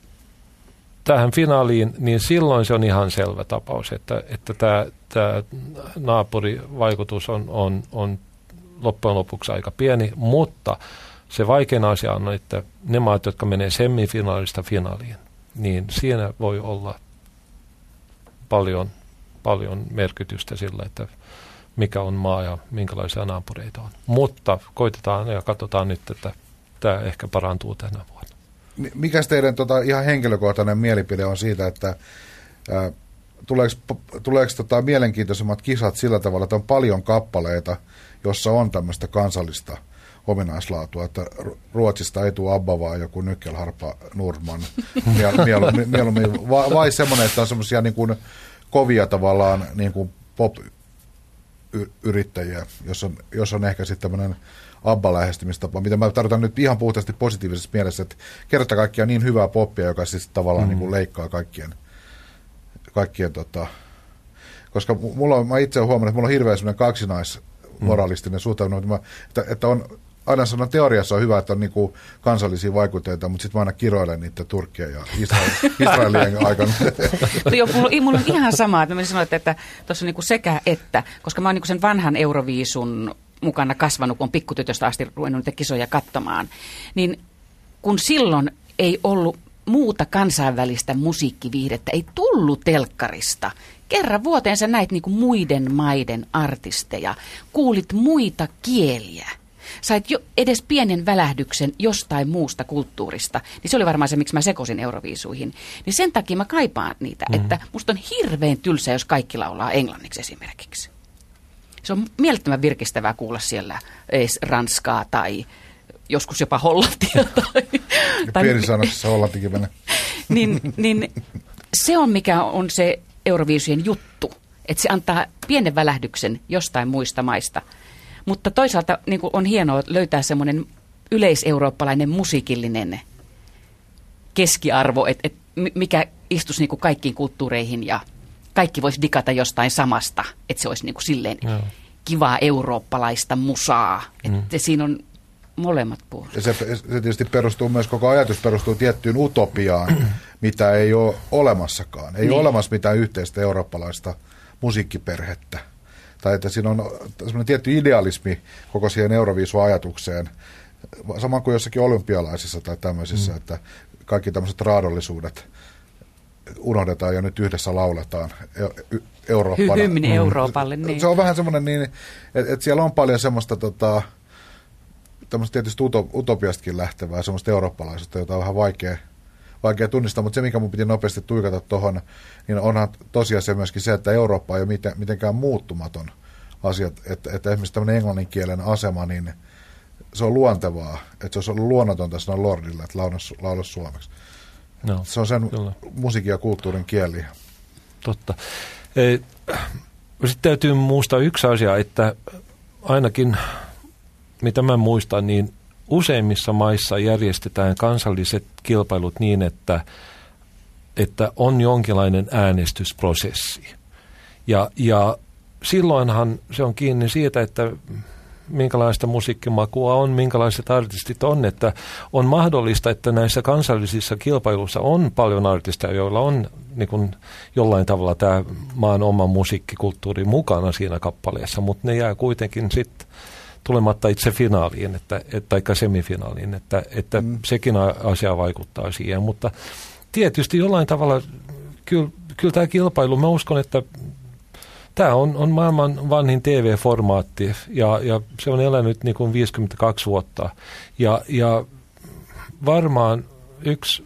Speaker 4: tähän finaaliin, niin silloin se on ihan selvä tapaus, että, että tämä, tämä naapurivaikutus on, on, on loppujen lopuksi aika pieni, mutta se vaikein asia on, että ne maat, jotka menee semifinaalista finaaliin, niin siinä voi olla paljon, paljon merkitystä sillä, että mikä on maa ja minkälaisia naapureita on. Mutta koitetaan ja katsotaan nyt, että tämä ehkä parantuu tänä vuonna.
Speaker 2: Mikäs teidän tota, ihan henkilökohtainen mielipide on siitä, että ää, tuleeko, tuleeko tota, mielenkiintoisemmat kisat sillä tavalla, että on paljon kappaleita, jossa on tämmöistä kansallista ominaislaatua, että Ruotsista ei tule Abba, vaan joku Nyckelharpa Nordman mieluummin, mieluummin, vai, vai semmoinen, että on semmoisia niin kuin kovia tavallaan niin kuin pop-yrittäjiä, jos on, jos on ehkä sitten tämmöinen Abba-lähestymistapa, mitä mä tarkoitan nyt ihan puhtaasti positiivisessa mielessä, että kerta kaikkiaan niin hyvää poppia, joka siis tavallaan mm. niin kuin leikkaa kaikkien, kaikkien tota, koska mulla on, mä itse olen huomannut, että mulla on hirveän semmoinen kaksinaismoralistinen mm. suhtautuminen, että, että on aina sanon, teoriassa on hyvä, että on niin kuin kansallisia vaikutteita, mutta sitten mä aina kiroilen niitä Turkkia ja Israel, Israelien aikana.
Speaker 3: Joo, mulla, mulla on ihan sama, että mä sanoin, että tuossa on niin kuin sekä että, koska mä oon niin kuin sen vanhan Euroviisun mukana kasvanut, kun on pikkutytöstä asti ruvennut niitä kisoja katsomaan, niin kun silloin ei ollut muuta kansainvälistä musiikkiviihdettä, ei tullut telkkarista. Kerran vuoteen sä näit niin kuin muiden maiden artisteja, kuulit muita kieliä. Sait jo edes pienen välähdyksen jostain muusta kulttuurista, niin se oli varmaan se, miksi mä sekosin Euroviisuihin. Niin sen takia mä kaipaan niitä, mm. että musta on hirveän tylsä, jos kaikki laulaa englanniksi esimerkiksi. Se on mielettömän virkistävää kuulla siellä edes ranskaa tai joskus jopa hollantia. Tai,
Speaker 2: tai pieni sanoksessa hollantikin menee.
Speaker 3: niin, niin se on mikä on se Euroviisujen juttu, että se antaa pienen välähdyksen jostain muista maista. Mutta toisaalta niin kuin on hienoa löytää semmoinen yleiseurooppalainen musiikillinen keskiarvo, että et mikä istuisi niin kuin kaikkiin kulttuureihin ja kaikki voisi digata jostain samasta, että se olisi niin kuin silleen no. kivaa eurooppalaista musaa. Mm. Että siinä on molemmat puolet.
Speaker 2: Ja se, se tietysti perustuu myös, koko ajatus perustuu tiettyyn utopiaan, mitä ei ole olemassakaan. Ei niin. ole olemassa mitään yhteistä eurooppalaista musiikkiperhettä. Tai että siinä on semmoinen tietty idealismi koko siihen Euroviisu-ajatukseen, sama kuin jossakin olympialaisissa tai tämmöisissä, mm. että kaikki tämmöiset raadollisuudet unohdetaan ja nyt yhdessä lauletaan Eurooppana.
Speaker 3: Hymni mm. Euroopalle, niin.
Speaker 2: Se on vähän semmoinen niin, että, että siellä on paljon semmoista tota, tämmöistä tietysti utopiastakin lähtevää, semmoista eurooppalaisesta, jota on vähän vaikea, vaikea tunnistaa, mutta se, mikä mun piti nopeasti tuikata tuohon, niin onhan tosiasia myöskin se, että Eurooppa ei ole miten, mitenkään muuttumaton asia, että, että esimerkiksi tämmöinen englanninkielen asema, niin se on luontevaa, että se olisi ollut luonnotonta sanoa Lordille, että laula, laula suomeksi. No, se on sen kyllä. musiikin ja kulttuurin kieli.
Speaker 4: Totta. Sitten täytyy muistaa yksi asia, että ainakin mitä mä muistan, niin useimmissa maissa järjestetään kansalliset kilpailut niin, että, että on jonkinlainen äänestysprosessi. Ja, ja silloinhan se on kiinni siitä, että minkälaista musiikkimakua on, minkälaiset artistit on, että on mahdollista, että näissä kansallisissa kilpailuissa on paljon artisteja, joilla on niin kuin jollain tavalla tämä maan oma musiikkikulttuuri mukana siinä kappaleessa, mutta ne jää kuitenkin sitten tulematta itse finaaliin, että, tai semifinaaliin, että, että mm. sekin asia vaikuttaa siihen, mutta tietysti jollain tavalla kyllä, kyllä tämä kilpailu, mä uskon, että tämä on, on maailman vanhin T V-formaatti ja, ja se on elänyt niin kuin viisikymmentäkaksi vuotta ja, ja varmaan yksi,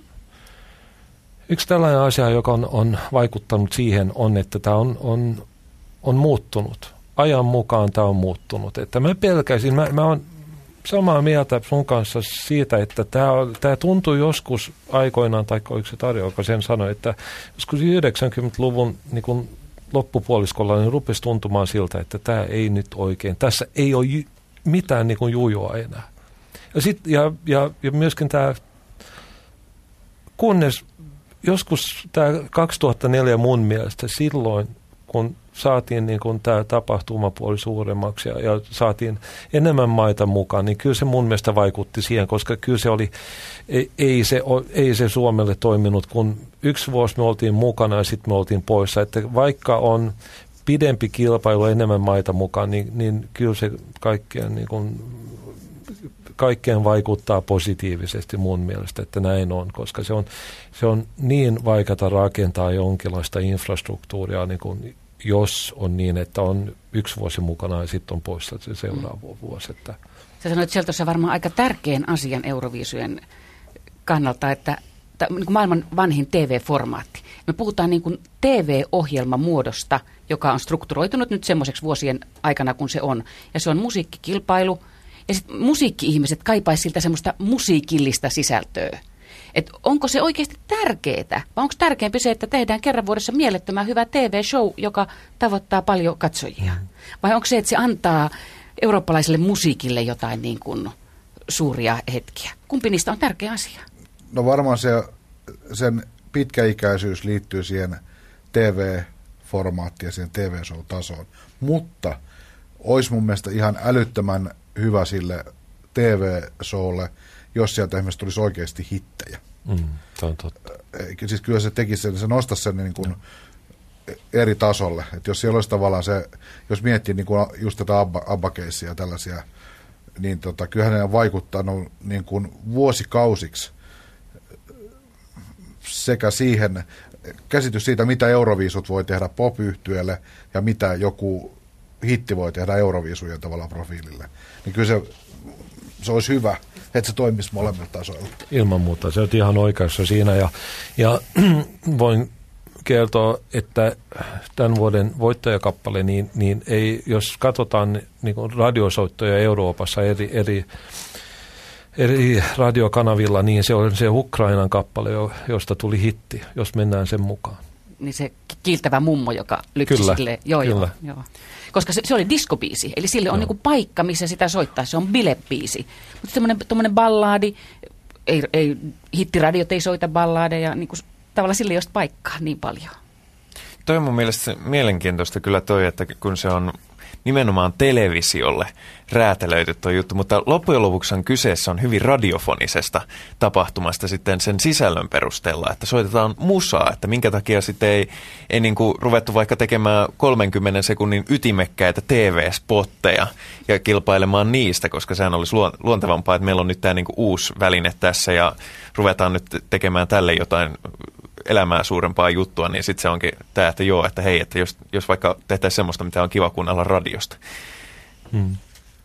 Speaker 4: yksi tällainen asia, joka on, on vaikuttanut siihen on, että tämä on, on, on muuttunut. Ajan mukaan tämä on muuttunut. Että mä pelkäisin, mä, mä oon samaa mieltä sun kanssa siitä, että tämä, tämä tuntuu joskus aikoinaan, tai oliko se Tarja, joka sen sanoi, että joskus yhdeksänkymmentäluvun niin kun loppupuoliskolla niin rupesi tuntumaan siltä, että tämä ei nyt oikein, tässä ei ole mitään niin kuin jujoa enää. Ja, sit, ja, ja, ja myöskin tämä, kunnes joskus tämä kaksituhattaneljä mun mielestä silloin, kun saatiin niin kuin tämä tapahtumapuoli suuremmaksi ja, ja saatiin enemmän maita mukaan, niin kyllä se mun mielestä vaikutti siihen, koska kyllä se oli, ei, ei, se, ei se Suomelle toiminut, kun yksi vuosi me oltiin mukana ja sitten me oltiin poissa, että vaikka on pidempi kilpailu enemmän maita mukaan, niin, niin kyllä se kaikkeen, niin kuin, kaikkeen vaikuttaa positiivisesti mun mielestä, että näin on, koska se on, se on niin vaikeata rakentaa jonkinlaista infrastruktuuria, niin kuin jos on niin, että on yksi vuosi mukana ja sitten on poissa se seuraava mm. vuosi. Että.
Speaker 3: Sä sanoit sieltä tuossa varmaan aika tärkeän asian Euroviisujen kannalta, että niin kuin maailman vanhin T V-formaatti. Me puhutaan niin kuin T V-ohjelmamuodosta, joka on strukturoitunut nyt semmoiseksi vuosien aikana, kun se on. Ja se on musiikkikilpailu. Ja sitten musiikki-ihmiset kaipaisivat siltä semmoista musiikillista sisältöä. Et onko se oikeasti tärkeää, vai onko tärkeämpi se, että tehdään kerran vuodessa mielettömän hyvä T V-show, joka tavoittaa paljon katsojia? Mm. Vai onko se, että se antaa eurooppalaiselle musiikille jotain niin kuin suuria hetkiä? Kumpi niistä on tärkeä asia?
Speaker 2: No varmaan se, sen pitkäikäisyys liittyy siihen T V-formaattiin ja siihen T V-show-tasoon. Mutta olisi mun mielestä ihan älyttömän hyvä sille T V-showlle, jos sieltä esimerkiksi tulisi oikeasti hittejä.
Speaker 4: Mm, se on totta.
Speaker 2: Siis kyllä se tekisi sen, se nostaisi sen niin kuin eri tasolle. Että jos siellä olisi tavallaan se, jos miettii niin kuin just tätä Abba, Abba-keissiä ja tällaisia, niin tota, kyllähän ne on vaikuttanut niin kuin vuosikausiksi sekä siihen, käsitys siitä, mitä Euroviisut voi tehdä pop-yhtyeelle ja mitä joku hitti voi tehdä Euroviisujen tavallaan profiilille. Niin kyllä se, se olisi hyvä, että se toimisi molemmilla tasoilla.
Speaker 4: Ilman muuta, se on ihan oikeassa siinä ja, ja voin kertoa, että tämän vuoden voittajakappale, niin, niin ei, jos katsotaan niin kuin radiosoittoja Euroopassa eri, eri eri radiokanavilla, niin se on se Ukrainan kappale, josta tuli hitti, jos mennään sen mukaan.
Speaker 3: Niin se kiiltävä mummo, joka lypsi
Speaker 4: kyllä,
Speaker 3: silleen. Joo,
Speaker 4: kyllä.
Speaker 3: joo, joo. Koska se, se oli diskobiisi, eli sille on niinku paikka, missä sitä soittaa, se on bilebiisi. Mutta semmoinen ballaadi, ei, ei, hittiradiot ei soita ballaadeja, niin kuin, tavallaan sille ei ole paikkaa niin paljon.
Speaker 1: Toi on mun mielestä mielenkiintoista kyllä toi, että kun se on nimenomaan televisiolle räätälöity tuo juttu, mutta loppujen lopuksi kyseessä on hyvin radiofonisesta tapahtumasta sitten sen sisällön perusteella, että soitetaan musaa, että minkä takia sitten ei, ei niin kuin ruvettu vaikka tekemään kolmenkymmenen sekunnin ytimekkäitä T V-spotteja ja kilpailemaan niistä, koska sehän olisi luontevampaa, että meillä on nyt tämä niin kuin uusi väline tässä ja ruvetaan nyt tekemään tälle jotain elämää suurempaa juttua, niin sitten se onkin tämä, että joo, että hei, että jos, jos vaikka tehtäisiin semmoista, mitä on kiva kuunnella radiosta. Hmm.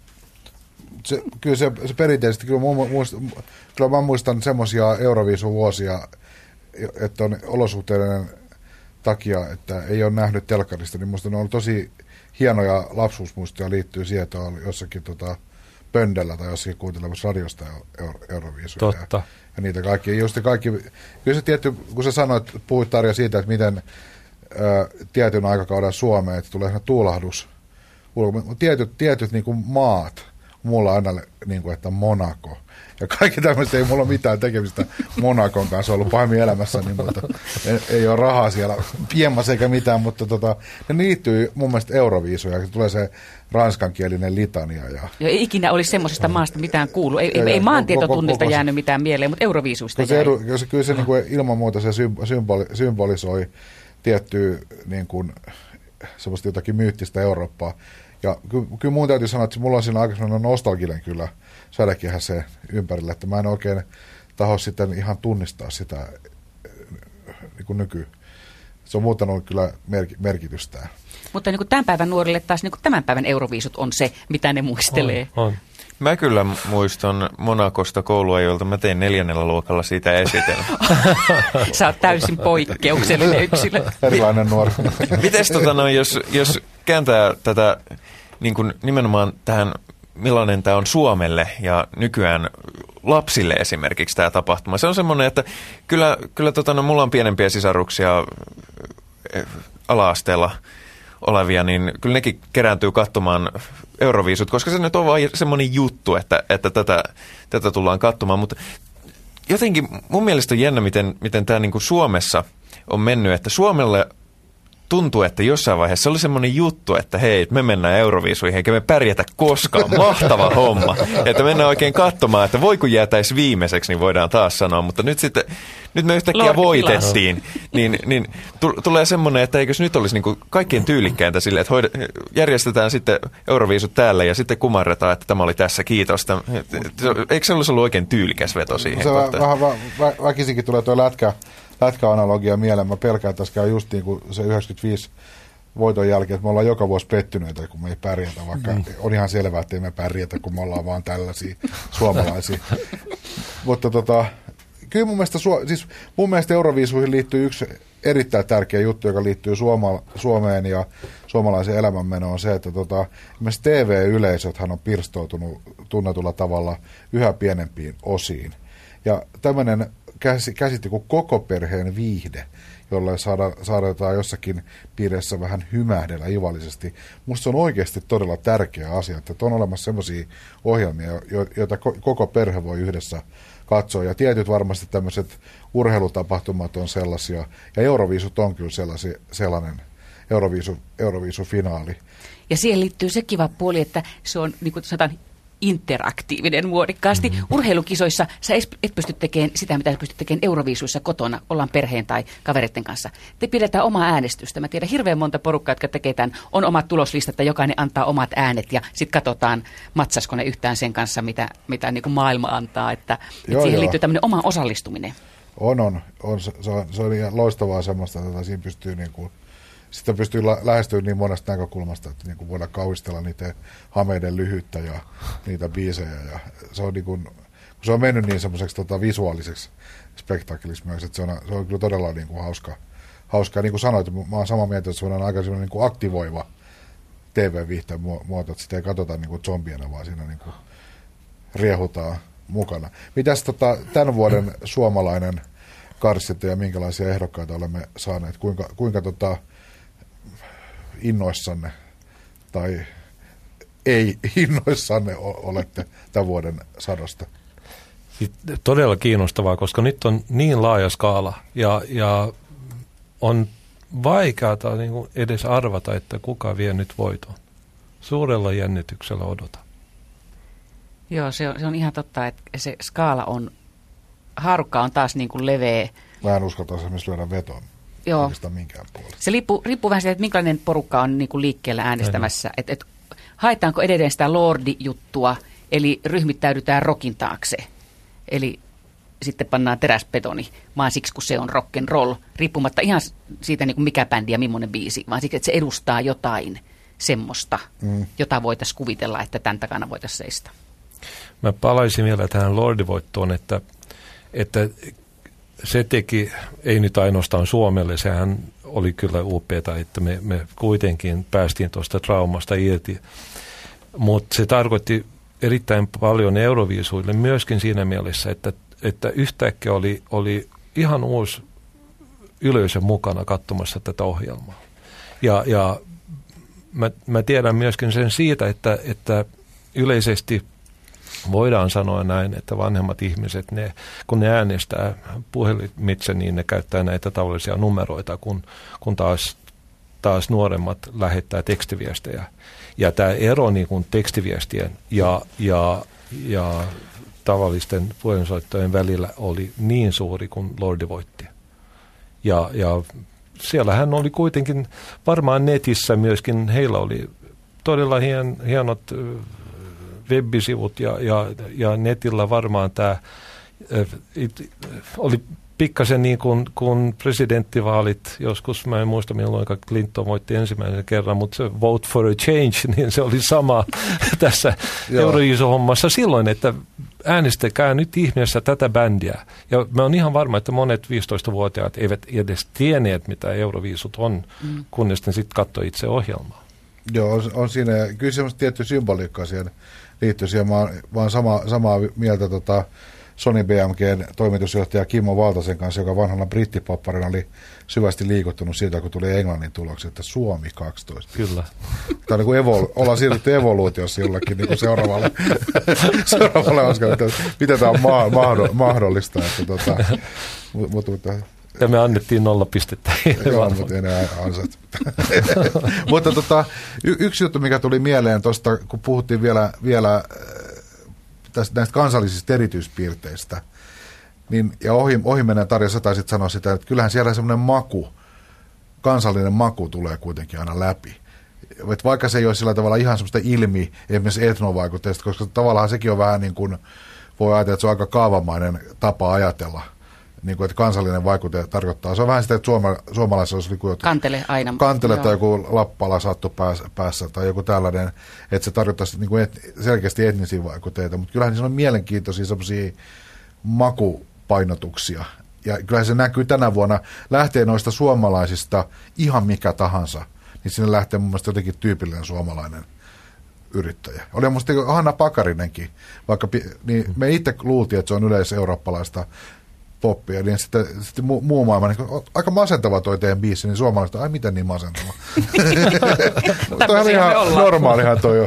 Speaker 2: Se, kyllä se, se perinteisesti, kyllä, muist, kyllä mä muistan semmoisia Euroviisu-vuosia, että on olosuhteiden takia, että ei ole nähnyt telkkarista, niin musta ne on tosi hienoja lapsuusmuistoja liittyy siihen, että on jossakin tota, pöndällä tai jossakin kuuntelemassa radiosta euro, Euroviisuja.
Speaker 4: Totta.
Speaker 2: Ja, ja niitä kaikki, just kaikki, kyllä se tietty, kun sä sanoit, puhuit Tarja siitä, että miten ö, tietyn aikakauden Suomeen, että tulee tuulahdus, tietyt, tietyt niin kuin maat, mulla on aina niin kuin, että Monaco. Ja kaikki tämmöistä ei mulla ole mitään tekemistä Monacon kanssa ollut pahemmin elämässäni, mutta ei, ei ole rahaa siellä piemmassa eikä mitään, mutta tota, ne liittyy mun mielestä Euroviisuja, kun tulee se ranskankielinen litania. Ja,
Speaker 3: ja ei ikinä olisi semmoisesta maasta mitään kuulu. Ei, ja, ei maantietotunnilta koko, jäänyt mitään mieleen, mutta Euroviisuista jäi.
Speaker 2: Se, se, kyllä se niin kuin ilman muuta se symboli, symbolisoi tiettyä niin kuin, semmoista jotakin myyttistä Eurooppaa. Ja kyllä, kyllä mun täytyy sanoa, että mulla on siinä aika sellainen nostalginen kyllä sädekehä se ympärillä, että mä en oikein taho sitten ihan tunnistaa sitä niin kuin nyky. Se on muuttanut kyllä merkitystään.
Speaker 3: Mutta niin kuin tämän päivän nuorille taas niin kuin tämän päivän Euroviisut on se, mitä ne muistelee.
Speaker 4: On, on.
Speaker 1: Mä kyllä muistan Monacosta kouluajoilta, mä tein neljännellä luokalla siitä esitelmää.
Speaker 3: Sä oot täysin poikkeuksellinen yksilö.
Speaker 2: Erilainen nuori.
Speaker 1: Mites tota noin, jos, jos kääntää tätä niin kuin nimenomaan tähän, millainen tämä on Suomelle ja nykyään lapsille esimerkiksi tämä tapahtuma. Se on semmoinen, että kyllä, kyllä tota, no, mulla on pienempiä sisaruksia ala-asteella olevia, niin kyllä nekin kerääntyy katsomaan Euroviisut, koska se nyt on vain semmoinen juttu, että, että tätä, tätä tullaan katsomaan. Mutta jotenkin mun mielestä on jännä, miten, miten tämä niin kuin Suomessa on mennyt, että Suomelle tuntuu, että jossain vaiheessa oli semmoinen juttu, että hei, me mennään Euroviisuihin eikä me pärjätä koskaan. Mahtava homma. Että mennään oikein katsomaan, että voi kun jäätäisi viimeiseksi, niin voidaan taas sanoa. Mutta nyt sitten, nyt me yhtäkkiä Lord voitettiin. Niin, niin tulee semmoinen, että eikös nyt olisi niin kuin kaikkein tyylikkäintä silleen, että hoid- järjestetään sitten Euroviisut täällä ja sitten kumarretaan, että tämä oli tässä, kiitos. Eikö se olisi ollut oikein tyylikäs veto siihen
Speaker 2: se
Speaker 1: kohtaan?
Speaker 2: Vähän vä- vä- väkisinkin tulee tuo lätkä. Lätkäanalogia mieleen. Mä pelkään, että tässä käy just niin kuin se yhdeksänkymmentäviisi voiton jälkeen, että me ollaan joka vuosi pettyneitä, kun me ei pärjätä, vaikka mm. on ihan selvää, että ei me pärjätä, kun me ollaan vaan tällaisia suomalaisia. Mutta tota, kyllä mun mielestä, siis mun mielestä Euroviisuihin liittyy yksi erittäin tärkeä juttu, joka liittyy Suoma, Suomeen ja suomalaisen elämänmenoon, on se, että tota, esimerkiksi T V-yleisöthän on pirstoutunut tunnetulla tavalla yhä pienempiin osiin. Ja tämmöinen käsitti kuin koko perheen viihde, jolla saada, saadaan jossakin piirissä vähän hymähdellä ivallisesti. Musta se on oikeasti todella tärkeä asia, että on olemassa sellaisia ohjelmia, joita koko perhe voi yhdessä katsoa. Ja tietyt varmasti tämmöiset urheilutapahtumat on sellaisia, ja Euroviisut on kyllä sellaisia, sellainen Euroviisu, Euroviisufinaali.
Speaker 3: Ja siihen liittyy se kiva puoli, että se on, niin kuin sanotaan, interaktiivinen muodikkaasti. Mm-hmm. Urheilukisoissa sä et pysty tekemään sitä, mitä sä pystyt tekemään Euroviisuissa kotona, ollaan perheen tai kavereiden kanssa. Te pidetään omaa äänestystä. Mä tiedän hirveän monta porukkaa, jotka tekee tämän, on omat tuloslistat, että jokainen antaa omat äänet ja sitten katsotaan, matsasko ne yhtään sen kanssa, mitä, mitä niin kuin maailma antaa. Että, että joo, siihen joo. liittyy tämmöinen oma osallistuminen.
Speaker 2: On, on. on se, se, on, se on ihan loistavaa semmoista, että siinä pystyy niin kuin Sitä pystyy lähestymään niin monesta näkökulmasta, että niin voidaan kauhistella niitä hameiden lyhyttä ja niitä biisejä. Ja se, on niin kuin, se on mennyt niin semmoiseksi tota, visuaaliseksi spektaakkeliksi myös, että se on, se on kyllä todella niin kuin hauska. hauska. Niin kuin sanoit, mä oon samaa mieltä, että se on aika semmoinen niin kuin aktivoiva T V-viihteen muoto, että sitä ei katsota niin kuin zombiena, vaan siinä niin kuin riehutaan, mukana. Mitäs tota, tämän vuoden suomalainen karsinta ja minkälaisia ehdokkaita olemme saaneet? Kuinka, kuinka tota, innoissanne tai ei innoissanne olette tämän vuoden sadosta?
Speaker 4: Todella kiinnostavaa, koska nyt on niin laaja skaala ja, ja on vaikeaa niin kuin edes arvata, että kuka vie nyt voiton. Suurella jännityksellä odota.
Speaker 3: Joo, se on, se on ihan totta, että se skaala on, haarukka on taas niin kuin leveä.
Speaker 2: Mä en uskaltaisi esimerkiksi lyödä vetoon.
Speaker 3: Joo.
Speaker 2: Minkään puolella.
Speaker 3: Se riippuu, riippuu vähän siitä, että minkälainen porukka on niin kuin liikkeellä äänestämässä. Et, et, haetaanko edelleen sitä lordi-juttua, eli ryhmittäydytään rockin taakse. Eli sitten pannaan teräspetoni, vaan siksi, kun se on rock'n'roll, riippumatta ihan siitä, niin kuin mikä bändi ja millainen biisi, vaan siksi, että se edustaa jotain semmoista, mm. jota voitaisiin kuvitella, että tämän takana voitaisiin seistä.
Speaker 4: Mä palaisin vielä tähän Lordi-voittoon, että, että se teki, ei nyt ainoastaan Suomelle, sehän oli kyllä upeata, että me, me kuitenkin päästiin tuosta traumasta irti, mutta se tarkoitti erittäin paljon Euroviisuille myöskin siinä mielessä, että, että yhtäkkiä oli, oli ihan uusi yleisö mukana katsomassa tätä ohjelmaa. Ja, ja mä, mä tiedän myöskin sen siitä, että, että yleisesti voidaan sanoa näin, että vanhemmat ihmiset, ne, kun ne äänestää puhelimitse, niin ne käyttää näitä tavallisia numeroita, kun, kun taas, taas nuoremmat lähettää tekstiviestejä. Ja tämä ero niin kuin tekstiviestien ja, ja, ja tavallisten puhelinsoittojen välillä oli niin suuri, kun Lordi voitti. Ja, ja siellähän oli kuitenkin, varmaan netissä myöskin, heillä oli todella hien, hienot web-sivut ja, ja, ja netillä varmaan tämä it, oli pikkasen niin kuin, kuin presidenttivaalit, joskus mä en muista milloin Clinton voitti ensimmäisen kerran, mutta se vote for a change, niin se oli sama tässä Euroviisu-hommassa silloin, että äänestäkää nyt ihmeessä tätä bändiä. Ja mä oon ihan varma, että monet viisitoistavuotiaat eivät edes tienneet, mitä Euroviisut on, mm. kunnes ne sitten katsoi itse ohjelmaa.
Speaker 2: Joo, on, on siinä, kyllä semmoista tiettyä symboliikkaa siihen liittyy siihen. Mä oon vaan sama, samaa mieltä tota, Sony B M G:n toimitusjohtaja Kimmo Valtasen kanssa, joka vanhana brittipopparina oli syvästi liikuttunut siitä, kun tuli Englannin tulokset, että Suomi kaksitoista.
Speaker 4: Kyllä.
Speaker 2: Tämä on niin kuin evolu- ollaan siirrytty evoluutiossa jollakin niin kuin seuraavalle, seuraavalle oskalle, että miten tämä on ma- mahdo- mahdollista. Että, tota, mutta, mutta,
Speaker 4: ja me annettiin nolla pistettä.
Speaker 2: Joo, mutta ei ne ansat. Mutta tota, y- yksi juttu, mikä tuli mieleen tuosta, kun puhuttiin vielä, vielä tästä, näistä kansallisista erityispiirteistä, niin, ja ohi, ohi mennään Tarja, sä taisit sanoa sitä, että kyllähän siellä semmoinen maku, kansallinen maku tulee kuitenkin aina läpi. Et vaikka se ei ole sillä tavalla ihan semmoista ilmi, esimerkiksi etnovaikutteista, koska tavallaan sekin on vähän niin kuin, voi ajatella, että se on aika kaavamainen tapa ajatella, niin kuin, että kansallinen vaikute tarkoittaa. Se on vähän sitä, että suoma, suomalaisessa olisi joku
Speaker 3: kantele aina.
Speaker 2: Kantele tai joku lappala sattu päässä tai joku tällainen, että se tarkoittaisi niin kuin et, selkeästi etnisiä vaikutteita, mutta kyllähän siinä on mielenkiintoisia semmoisia makupainotuksia. Ja kyllähän se näkyy tänä vuonna, lähtee noista suomalaisista ihan mikä tahansa, niin sinne lähtee mun mielestä jotenkin tyypillinen suomalainen yrittäjä. Oli musta Hanna Pakarinenkin, vaikka niin me itse luultiin, että se on yleiseurooppalaista poppia, niin sitten, sitten muu, muu maailma, niin aika masentava toi teidän biisi, niin suomalaiset, ai miten niin masentava. Toi on ihan normaalihan toi jo.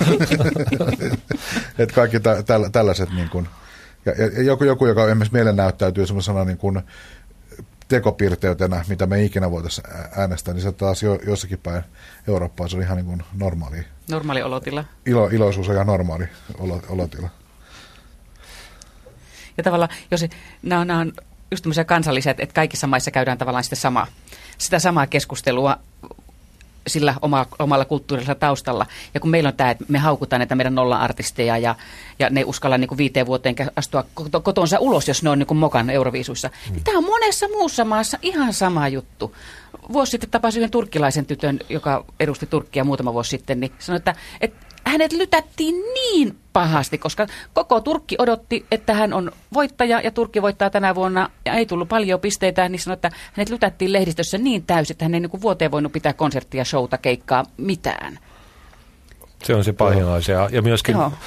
Speaker 2: Että kaikki tä, tä, tällaiset, niin kuin, ja, ja joku, joku, joka esimerkiksi meille näyttäytyy semmoisena niin kuin tekopiirteytenä, mitä me ikinä voitaisiin äänestää, niin se taas jo, jossakin päin Eurooppaa, se on ihan niin kuin normaali.
Speaker 3: Normaali olotila.
Speaker 2: Ilo, iloisuus on ihan normaali olotila.
Speaker 3: Ja tavallaan, jos nämä on, nämä on just tämmöisiä kansalliset, että kaikissa maissa käydään tavallaan sitä samaa, sitä samaa keskustelua sillä oma, omalla kulttuurisella taustalla. Ja kun meillä on tämä, että me haukutaan näitä meidän nolla-artisteja ja, ja ne uskalla niin kuin viiteen vuoteen astua kotonsa ulos, jos ne on niin kuin mokan Euroviisuissa. Mm. Niin tämä on monessa muussa maassa ihan sama juttu. Vuosi sitten tapasin yhden turkkilaisen tytön, joka edusti Turkkia muutama vuosi sitten, niin sanoi, että, että hänet lytättiin niin pahasti, koska koko Turkki odotti, että hän on voittaja ja Turkki voittaa tänä vuonna ja ei tullut paljon pisteitä, niin sanoi, että hänet lytättiin lehdistössä niin täysin, että hän ei niin kuin vuoteen voinut pitää konserttia, showta, keikkaa, mitään.
Speaker 4: Se on se pahin asia. Ja myöskin Joo.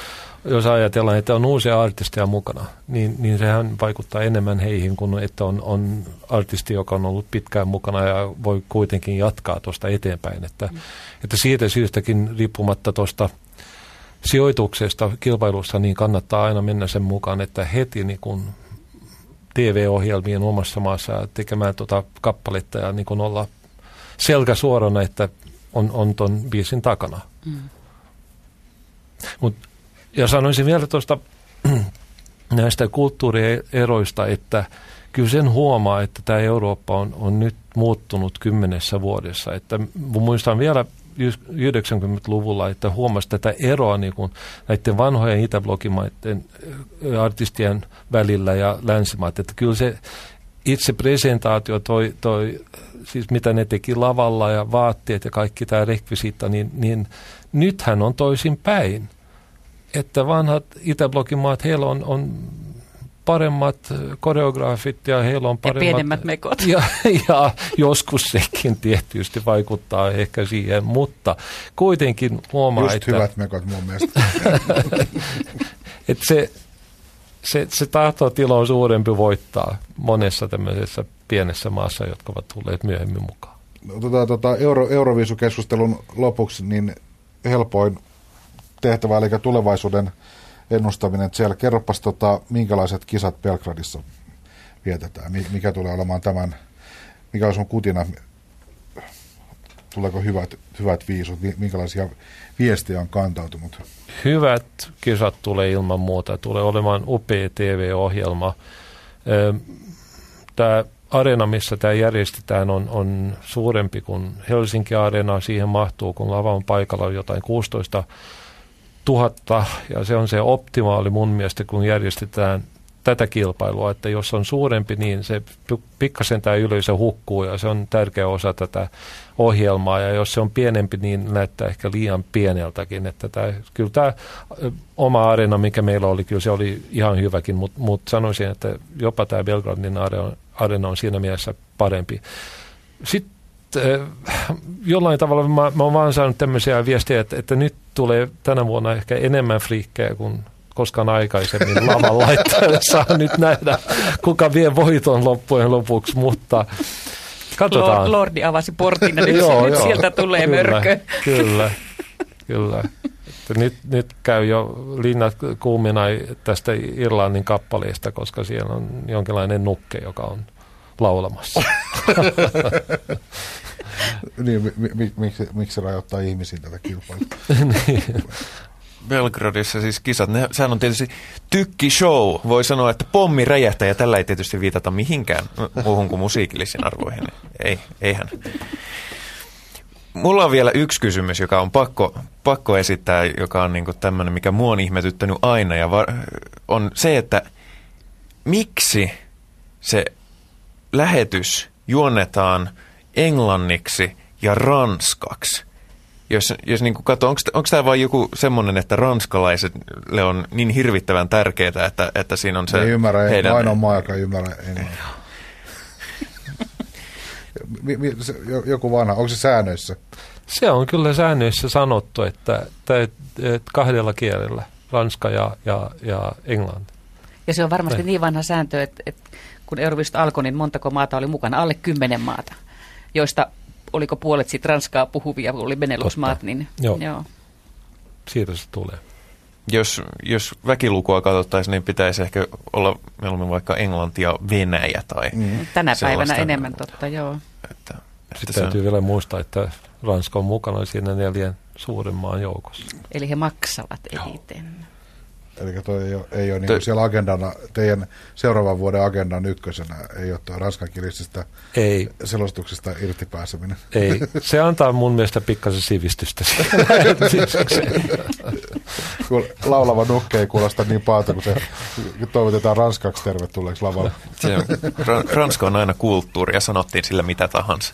Speaker 4: jos ajatellaan, että on uusia artisteja mukana, niin, niin sehän vaikuttaa enemmän heihin kuin että on, on artisti, joka on ollut pitkään mukana ja voi kuitenkin jatkaa tuosta eteenpäin. Että, mm. että siitä syystäkin riippumatta tuosta sijoituksesta kilpailussa, niin kannattaa aina mennä sen mukaan, että heti niin kun T V-ohjelmien omassa maassa tekemään tuota kappaletta ja niin kun olla selkä suorana, että on, on ton biisin takana. Mm. Mut, ja sanoisin vielä tuosta näistä kulttuurieroista, että kyllä sen huomaa, että tämä Eurooppa on, on nyt muuttunut kymmenessä vuodessa. Että muistan vielä yhdeksänkymmentäluvulla, että huomasi tätä eroa niin kuin näiden vanhojen itäblogimaiden artistien välillä ja länsimaat. Että kyllä se itse presentaatio, toi, toi, siis mitä ne teki lavalla ja vaatteet ja kaikki tämä rekvisiitta, niin, niin nythän on toisin päin. Että vanhat itäblogimaat, heillä on, on paremmat koreograafit ja heillä on paremmat...
Speaker 3: Ja pienemmät mekot.
Speaker 4: Ja, ja joskus sekin tietysti vaikuttaa ehkä siihen, mutta kuitenkin huomaa,
Speaker 2: Just
Speaker 4: että...
Speaker 2: hyvät mekot mun mielestä.
Speaker 4: että se, se, se tahtotila on suurempi voittaa monessa tämmöisessä pienessä maassa, jotka ovat tulleet myöhemmin mukaan.
Speaker 2: No, tota, tota, Euro, Euroviisukeskustelun lopuksi niin helpoin tehtävä, eli tulevaisuuden ennustaminen. Siellä kerropas, tota, minkälaiset kisat Belgradissa vietetään, mikä tulee olemaan tämän, mikä on sun kutina, tuleeko hyvät, hyvät viisut, minkälaisia viestejä on kantautunut?
Speaker 4: Hyvät kisat tulee ilman muuta, tulee olemaan upea T V-ohjelma. Tämä areena, missä tämä järjestetään, on, on suurempi kuin Helsinki-areena, siihen mahtuu, kun lava on paikalla jotain kuusitoista tuhatta, ja se on se optimaali mun mielestä, kun järjestetään tätä kilpailua, että jos on suurempi, niin se pikkasen tämä yleisö hukkuu, ja se on tärkeä osa tätä ohjelmaa, ja jos se on pienempi, niin näyttää ehkä liian pieneltäkin, että tämä, kyllä tämä oma areena, mikä meillä oli, kyllä se oli ihan hyväkin, mutta mut sanoisin, että jopa tämä Belgradin areena on siinä mielessä parempi. Sitten jollain tavalla mä, mä oon vaan saanut tämmöisiä viestejä, että, että nyt tulee tänä vuonna ehkä enemmän friikkejä kuin koskaan aikaisemmin lavalla, että saa nyt nähdä, kuka vie voiton loppujen lopuksi, mutta katsotaan.
Speaker 3: Lord, Lordi avasi portin ja nyt,
Speaker 4: joo,
Speaker 3: nyt
Speaker 4: joo,
Speaker 3: sieltä tulee
Speaker 4: kyllä,
Speaker 3: mörkö.
Speaker 4: Kyllä, kyllä. Että nyt, nyt käy jo linnat kuumina tästä Irlannin kappaleesta, koska siellä on jonkinlainen nukke, joka on laulamassa.
Speaker 2: Niin, mi, mi, miksi, miksi rajoittaa ihmisiä tätä kilpailua?
Speaker 4: Niin.
Speaker 1: Belgradissa siis kisat, ne, sehän on tietysti tykkishow. Voi sanoa, että pommi räjähtää, ja tällä ei tietysti viitata mihinkään muuhun kuin musiikillisiin arvoihin. Ei, eihän. Mulla on vielä yksi kysymys, joka on pakko, pakko esittää, joka on niinku tämmöinen, mikä mua on ihmetyttänyt aina, ja va- on se, että miksi se lähetys juonnetaan englanniksi ja ranskaksi. Jos, jos niin katsoo, onko tämä vain joku semmoinen, että ranskalaisille on niin hirvittävän tärkeää, että, että siinä on se
Speaker 2: ei ymmärrä,
Speaker 1: heidän...
Speaker 2: Ainoa maa, joka ei ymmärrä englantia. Joku vanha, onko se säännöissä?
Speaker 4: Se on kyllä säännöissä sanottu, että, että kahdella kielellä, ranska ja, ja, ja englanti.
Speaker 3: Ja se on varmasti niin vanha sääntö, että, että kun Euroviisut alkoi, niin montako maata oli mukana? Alle kymmenen maata, joista oliko puolet sitten ranskaa puhuvia, kun oli Benelux-maat, niin
Speaker 4: joo.
Speaker 3: joo.
Speaker 4: Siitä se tulee.
Speaker 1: Jos, jos väkilukua katsottaisiin, niin pitäisi ehkä olla mieluummin vaikka Englanti ja Venäjä tai
Speaker 3: mm. Tänä päivänä enemmän totta, joo.
Speaker 1: Että, että
Speaker 4: Sitten täytyy on... vielä muistaa, että Ranska on mukana siinä neljän suuren maan joukossa.
Speaker 3: Eli he maksavat eniten.
Speaker 2: Eli toi ei ole, ei ole niin kuin siellä agendana, teidän seuraavan vuoden agendan ykkösenä ei ole tuo ranskankielisistä ei. selostuksesta irti pääseminen.
Speaker 4: Ei, se antaa mun mielestä pikkasen sivistystä.
Speaker 2: Laulava nukke ei kuulosta niin paata, kun se toivotetaan ranskaksi tervetulleeksi lavalla.
Speaker 1: Se on, Ranska on aina kulttuuri ja sanottiin sillä mitä tahansa.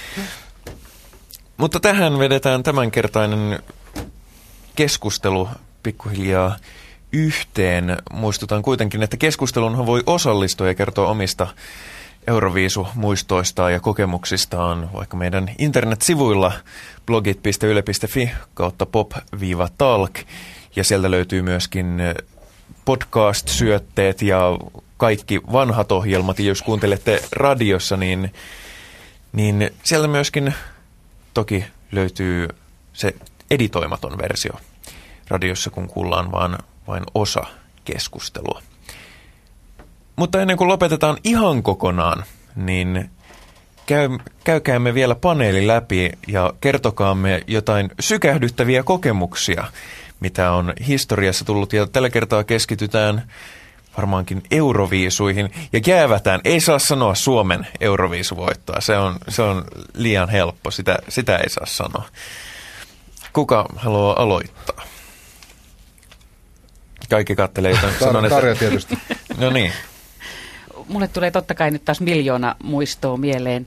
Speaker 1: Mutta tähän vedetään tämänkertainen keskustelu pikkuhiljaa yhteen. Muistutan kuitenkin, että keskustelunhan voi osallistua ja kertoa omista Euroviisumuistoistaan ja kokemuksistaan vaikka meidän internetsivuilla blogit piste yle piste fi kautta pop-talk. ja sieltä löytyy myöskin podcast-syötteet ja kaikki vanhat ohjelmat. Ja jos kuuntelette radiossa, niin, niin sieltä myöskin toki löytyy se editoimaton versio radiossa, kun kuullaan vain, vain osa keskustelua. Mutta ennen kuin lopetetaan ihan kokonaan, niin käy, käykäämme vielä paneeli läpi ja kertokaamme jotain sykähdyttäviä kokemuksia, mitä on historiassa tullut. Ja tällä kertaa keskitytään varmaankin euroviisuihin ja jäävätään. Ei saa sanoa Suomen euroviisuvoittoa, se on, se on liian helppo, sitä, sitä ei saa sanoa. Kuka haluaa aloittaa? Kaikki kattelee jotain.
Speaker 2: Tar- Tarja tietysti.
Speaker 1: No niin.
Speaker 3: Mulle tulee totta kai nyt taas miljoona muistoa mieleen.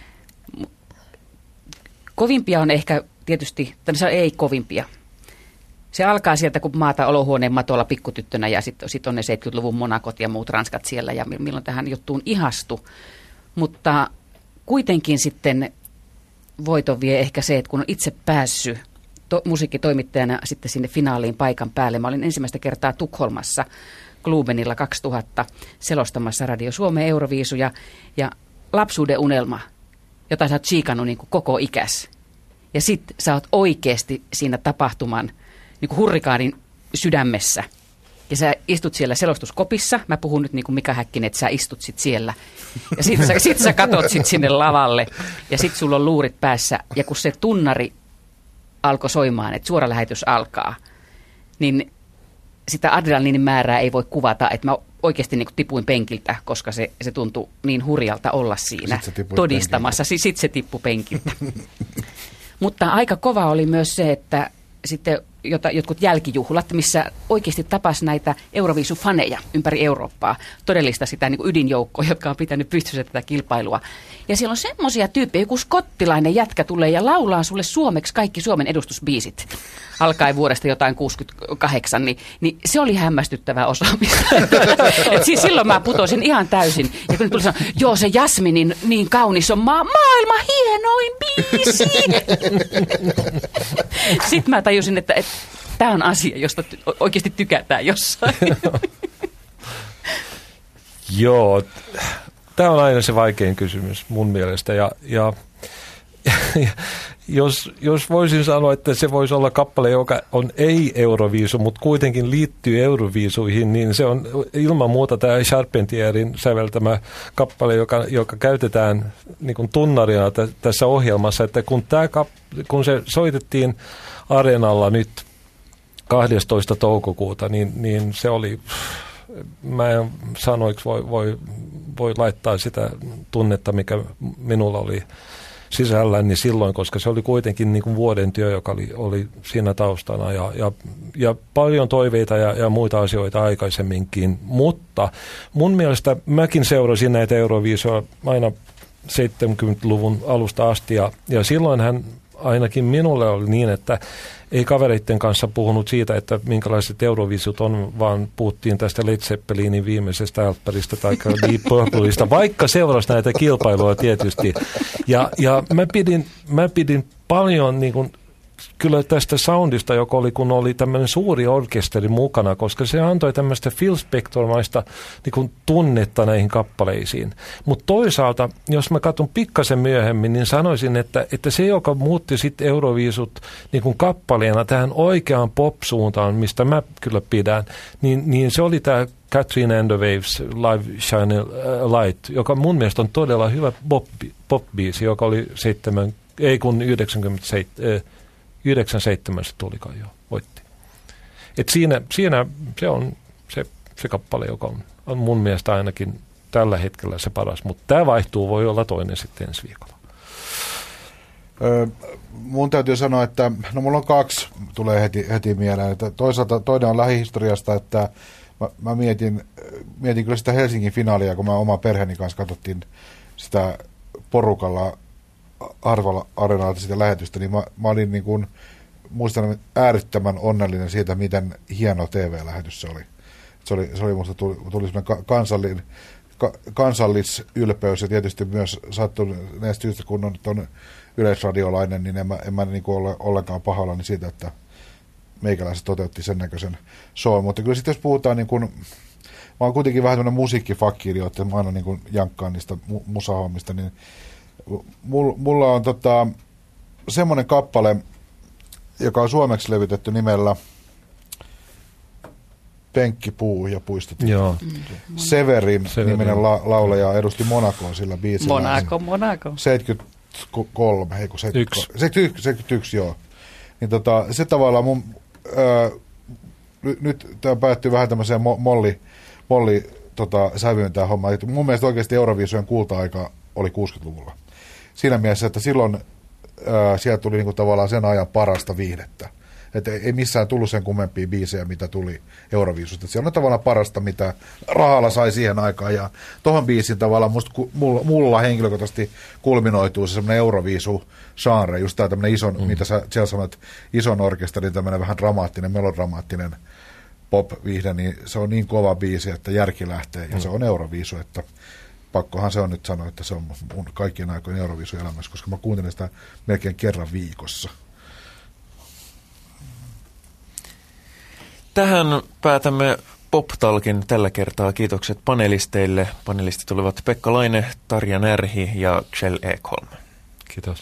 Speaker 3: Kovimpia on ehkä tietysti, tai se ei kovimpia. Se alkaa sieltä, kun maata olohuoneen matolla pikkutyttönä ja sitten sit on ne seitsemänkymmentäluvun Monakot ja muut Ranskat siellä ja milloin tähän juttuun ihastui. Mutta kuitenkin sitten voiton vie ehkä se, että kun on itse päässyt to, musiikkitoimittajana sitten sinne finaaliin paikan päälle. Mä olin ensimmäistä kertaa Tukholmassa Klubenilla kaksituhatta selostamassa Radio Suomen Euroviisuja ja lapsuuden unelma, jota sä oot tsiikannut niin kuin koko ikäs. Ja sit sä oot oikeasti siinä tapahtuman niin kuin hurrikaanin sydämessä. Ja sä istut siellä selostuskopissa. Mä puhun nyt niin kuin Mika Häkkinen, että sä istut sit siellä. Ja sit sä, sit sä katot sit sinne lavalle. Ja sit sulla on luurit päässä. Ja kun se tunnari alkoi soimaan, että suora lähetys alkaa, niin sitä adrenaliinin määrää ei voi kuvata, että mä oikeasti niin kuin tipuin penkiltä, koska se, se tuntui niin hurjalta olla siinä todistamassa. Sitten sit se tippui penkiltä. Mutta aika kova oli myös se, että sitten jota, jotkut jälkijuhlat, missä oikeasti tapasi näitä Euroviisu-faneja ympäri Eurooppaa, todellista sitä niin kuin ydinjoukkoa, jotka on pitänyt pystyssä tätä kilpailua. Ja siellä on semmoisia tyyppejä, joku skottilainen jätkä tulee ja laulaa sulle suomeksi kaikki Suomen edustusbiisit. Alkaen vuodesta jotain kuusikymmentäkahdeksan, niin, niin se oli hämmästyttävää osaamista. Et siis silloin mä putosin ihan täysin. Ja kun tuli sanoa, joo se Jasminin niin kaunis on ma- maailman hienoin biisi. Sitten mä tajusin, että tämä on asia, josta ty- oikeasti tykätään jossain.
Speaker 4: Joo, tämä on aina se vaikein kysymys mun mielestä. Ja, ja, ja jos, jos voisin sanoa, että se voisi olla kappale, joka on ei-euroviisu, mutta kuitenkin liittyy euroviisuihin, niin se on ilman muuta tämä Charpentierin säveltämä kappale, joka, joka käytetään niin kuin tunnarina t- tässä ohjelmassa. Että kun, tämä kap- kun se soitettiin Areenalla nyt kahdestoista toukokuuta, niin, niin se oli, mä en sanoiksi voi, voi, voi laittaa sitä tunnetta, mikä minulla oli sisälläni silloin, koska se oli kuitenkin niin kuin vuoden työ, joka oli, oli siinä taustana ja, ja, ja paljon toiveita ja, ja muita asioita aikaisemminkin, mutta mun mielestä mäkin seurasin näitä Euroviisoja aina seitsemänkymmentäluvun alusta asti ja, ja silloinhan ainakin minulle oli niin, että ei kavereiden kanssa puhunut siitä, että minkälaiset euroviisut on, vaan puhuttiin tästä Led Zeppelinin viimeisestä älppäristä tai Deep Purpleista, vaikka seurasi näitä kilpailuja tietysti. Ja, ja mä, pidin, mä pidin paljon niin kuin, kyllä tästä soundista, joka oli, kun oli tämmöinen suuri orkesteri mukana, koska se antoi tämmöistä Phil Spector-maista niin kuin tunnetta näihin kappaleisiin. Mutta toisaalta, jos mä katson pikkasen myöhemmin, niin sanoisin, että, että se, joka muutti sitten Euroviisut niin kuin kappaleena tähän oikeaan pop-suuntaan, mistä mä kyllä pidän, niin, niin se oli tämä Katrina and the Waves Live Shine Light, joka mun mielestä on todella hyvä pop-biisi, joka oli seitsemän, ei kun yhdeksänkymmentäseitsemän, yhdeksänkymmentäseitsemän se tulikaan jo, voitti. Et siinä, siinä se on se, se kappale, joka on, on mun mielestä ainakin tällä hetkellä se paras, mutta tämä vaihtuu, voi olla toinen sitten ensi viikolla.
Speaker 2: Öö, mun täytyy sanoa, että no mulla on kaksi, tulee heti, heti mieleen. Että toisaalta toinen on lähihistoriasta, että mä, mä mietin, mietin kyllä sitä Helsingin finaalia, kun mä oma perheeni kanssa katsottiin sitä porukalla Arvala Areenalta sitä lähetystä, niin mä, mä olin niin kuin, muistan äärettömän onnellinen siitä, miten hieno T V-lähetys se oli. Se oli, se oli musta tuli, tuli semmoinen kansallin, ka, kansallisylpeys ja tietysti myös sattui näistä syystä, kun on, on yleisradiolainen, niin en mä, en mä niin kuin ole ollenkaan pahoillani siitä, että meikäläiset toteutti sen näköisen show. Mutta kyllä sitten jos puhutaan, niin kun, mä oon kuitenkin vähän tämmöinen musiikkifakkiri, että mä aina niin kun jankkaan niistä mu- musahommista, niin mulla on tota, semmoinen kappale, joka on suomeksi levytetty nimellä Penkki, puu ja puistot.
Speaker 4: Joo.
Speaker 2: Severin,
Speaker 4: Severin
Speaker 2: niminen la- laulaja edusti Monacoon sillä biisillä.
Speaker 3: Monaco, Monaco.
Speaker 2: seitsemänkymmentäkolme, eikö seitsemänkymmentäkolme? seitsemänkymmentäyksi, joo. Niin tota, se tavallaan mun, ää, nyt, nyt tämä päättyy vähän tämmöiseen mo- molli, molli tota, sävyyn tämä homma. Mun mielestä oikeasti Euroviisujen kulta-aika oli kuusikymmentäluvulla. Siinä mielessä, että silloin ää, sieltä tuli niinku tavallaan sen ajan parasta viihdettä. Että ei missään tullut sen kummempia biisejä, mitä tuli Euroviisusta. Se on tavallaan parasta, mitä rahalla sai siihen aikaan. Ja tohon biisin tavallaan musta, mulla, mulla henkilökohtaisesti kulminoituu se semmoinen Euroviisu-genre. Just tämä tämmöinen ison, mm. mitä sä siellä sanoit, ison orkesterin tämmöinen vähän dramaattinen, melodramaattinen pop-viihde, niin se on niin kova biisi, että järki lähtee. Ja mm. se on Euroviisu, että pakkohan se on nyt sanoa, että se on mun kaikkien aikojen Euroviisu-elämässä, koska mä kuuntelen sitä melkein kerran viikossa.
Speaker 1: Tähän päätämme PopTalkin tällä kertaa. Kiitokset panelisteille. Panelistit olivat Pekka Laine, Tarja Närhi ja Kjell Ekholm.
Speaker 4: Kiitos.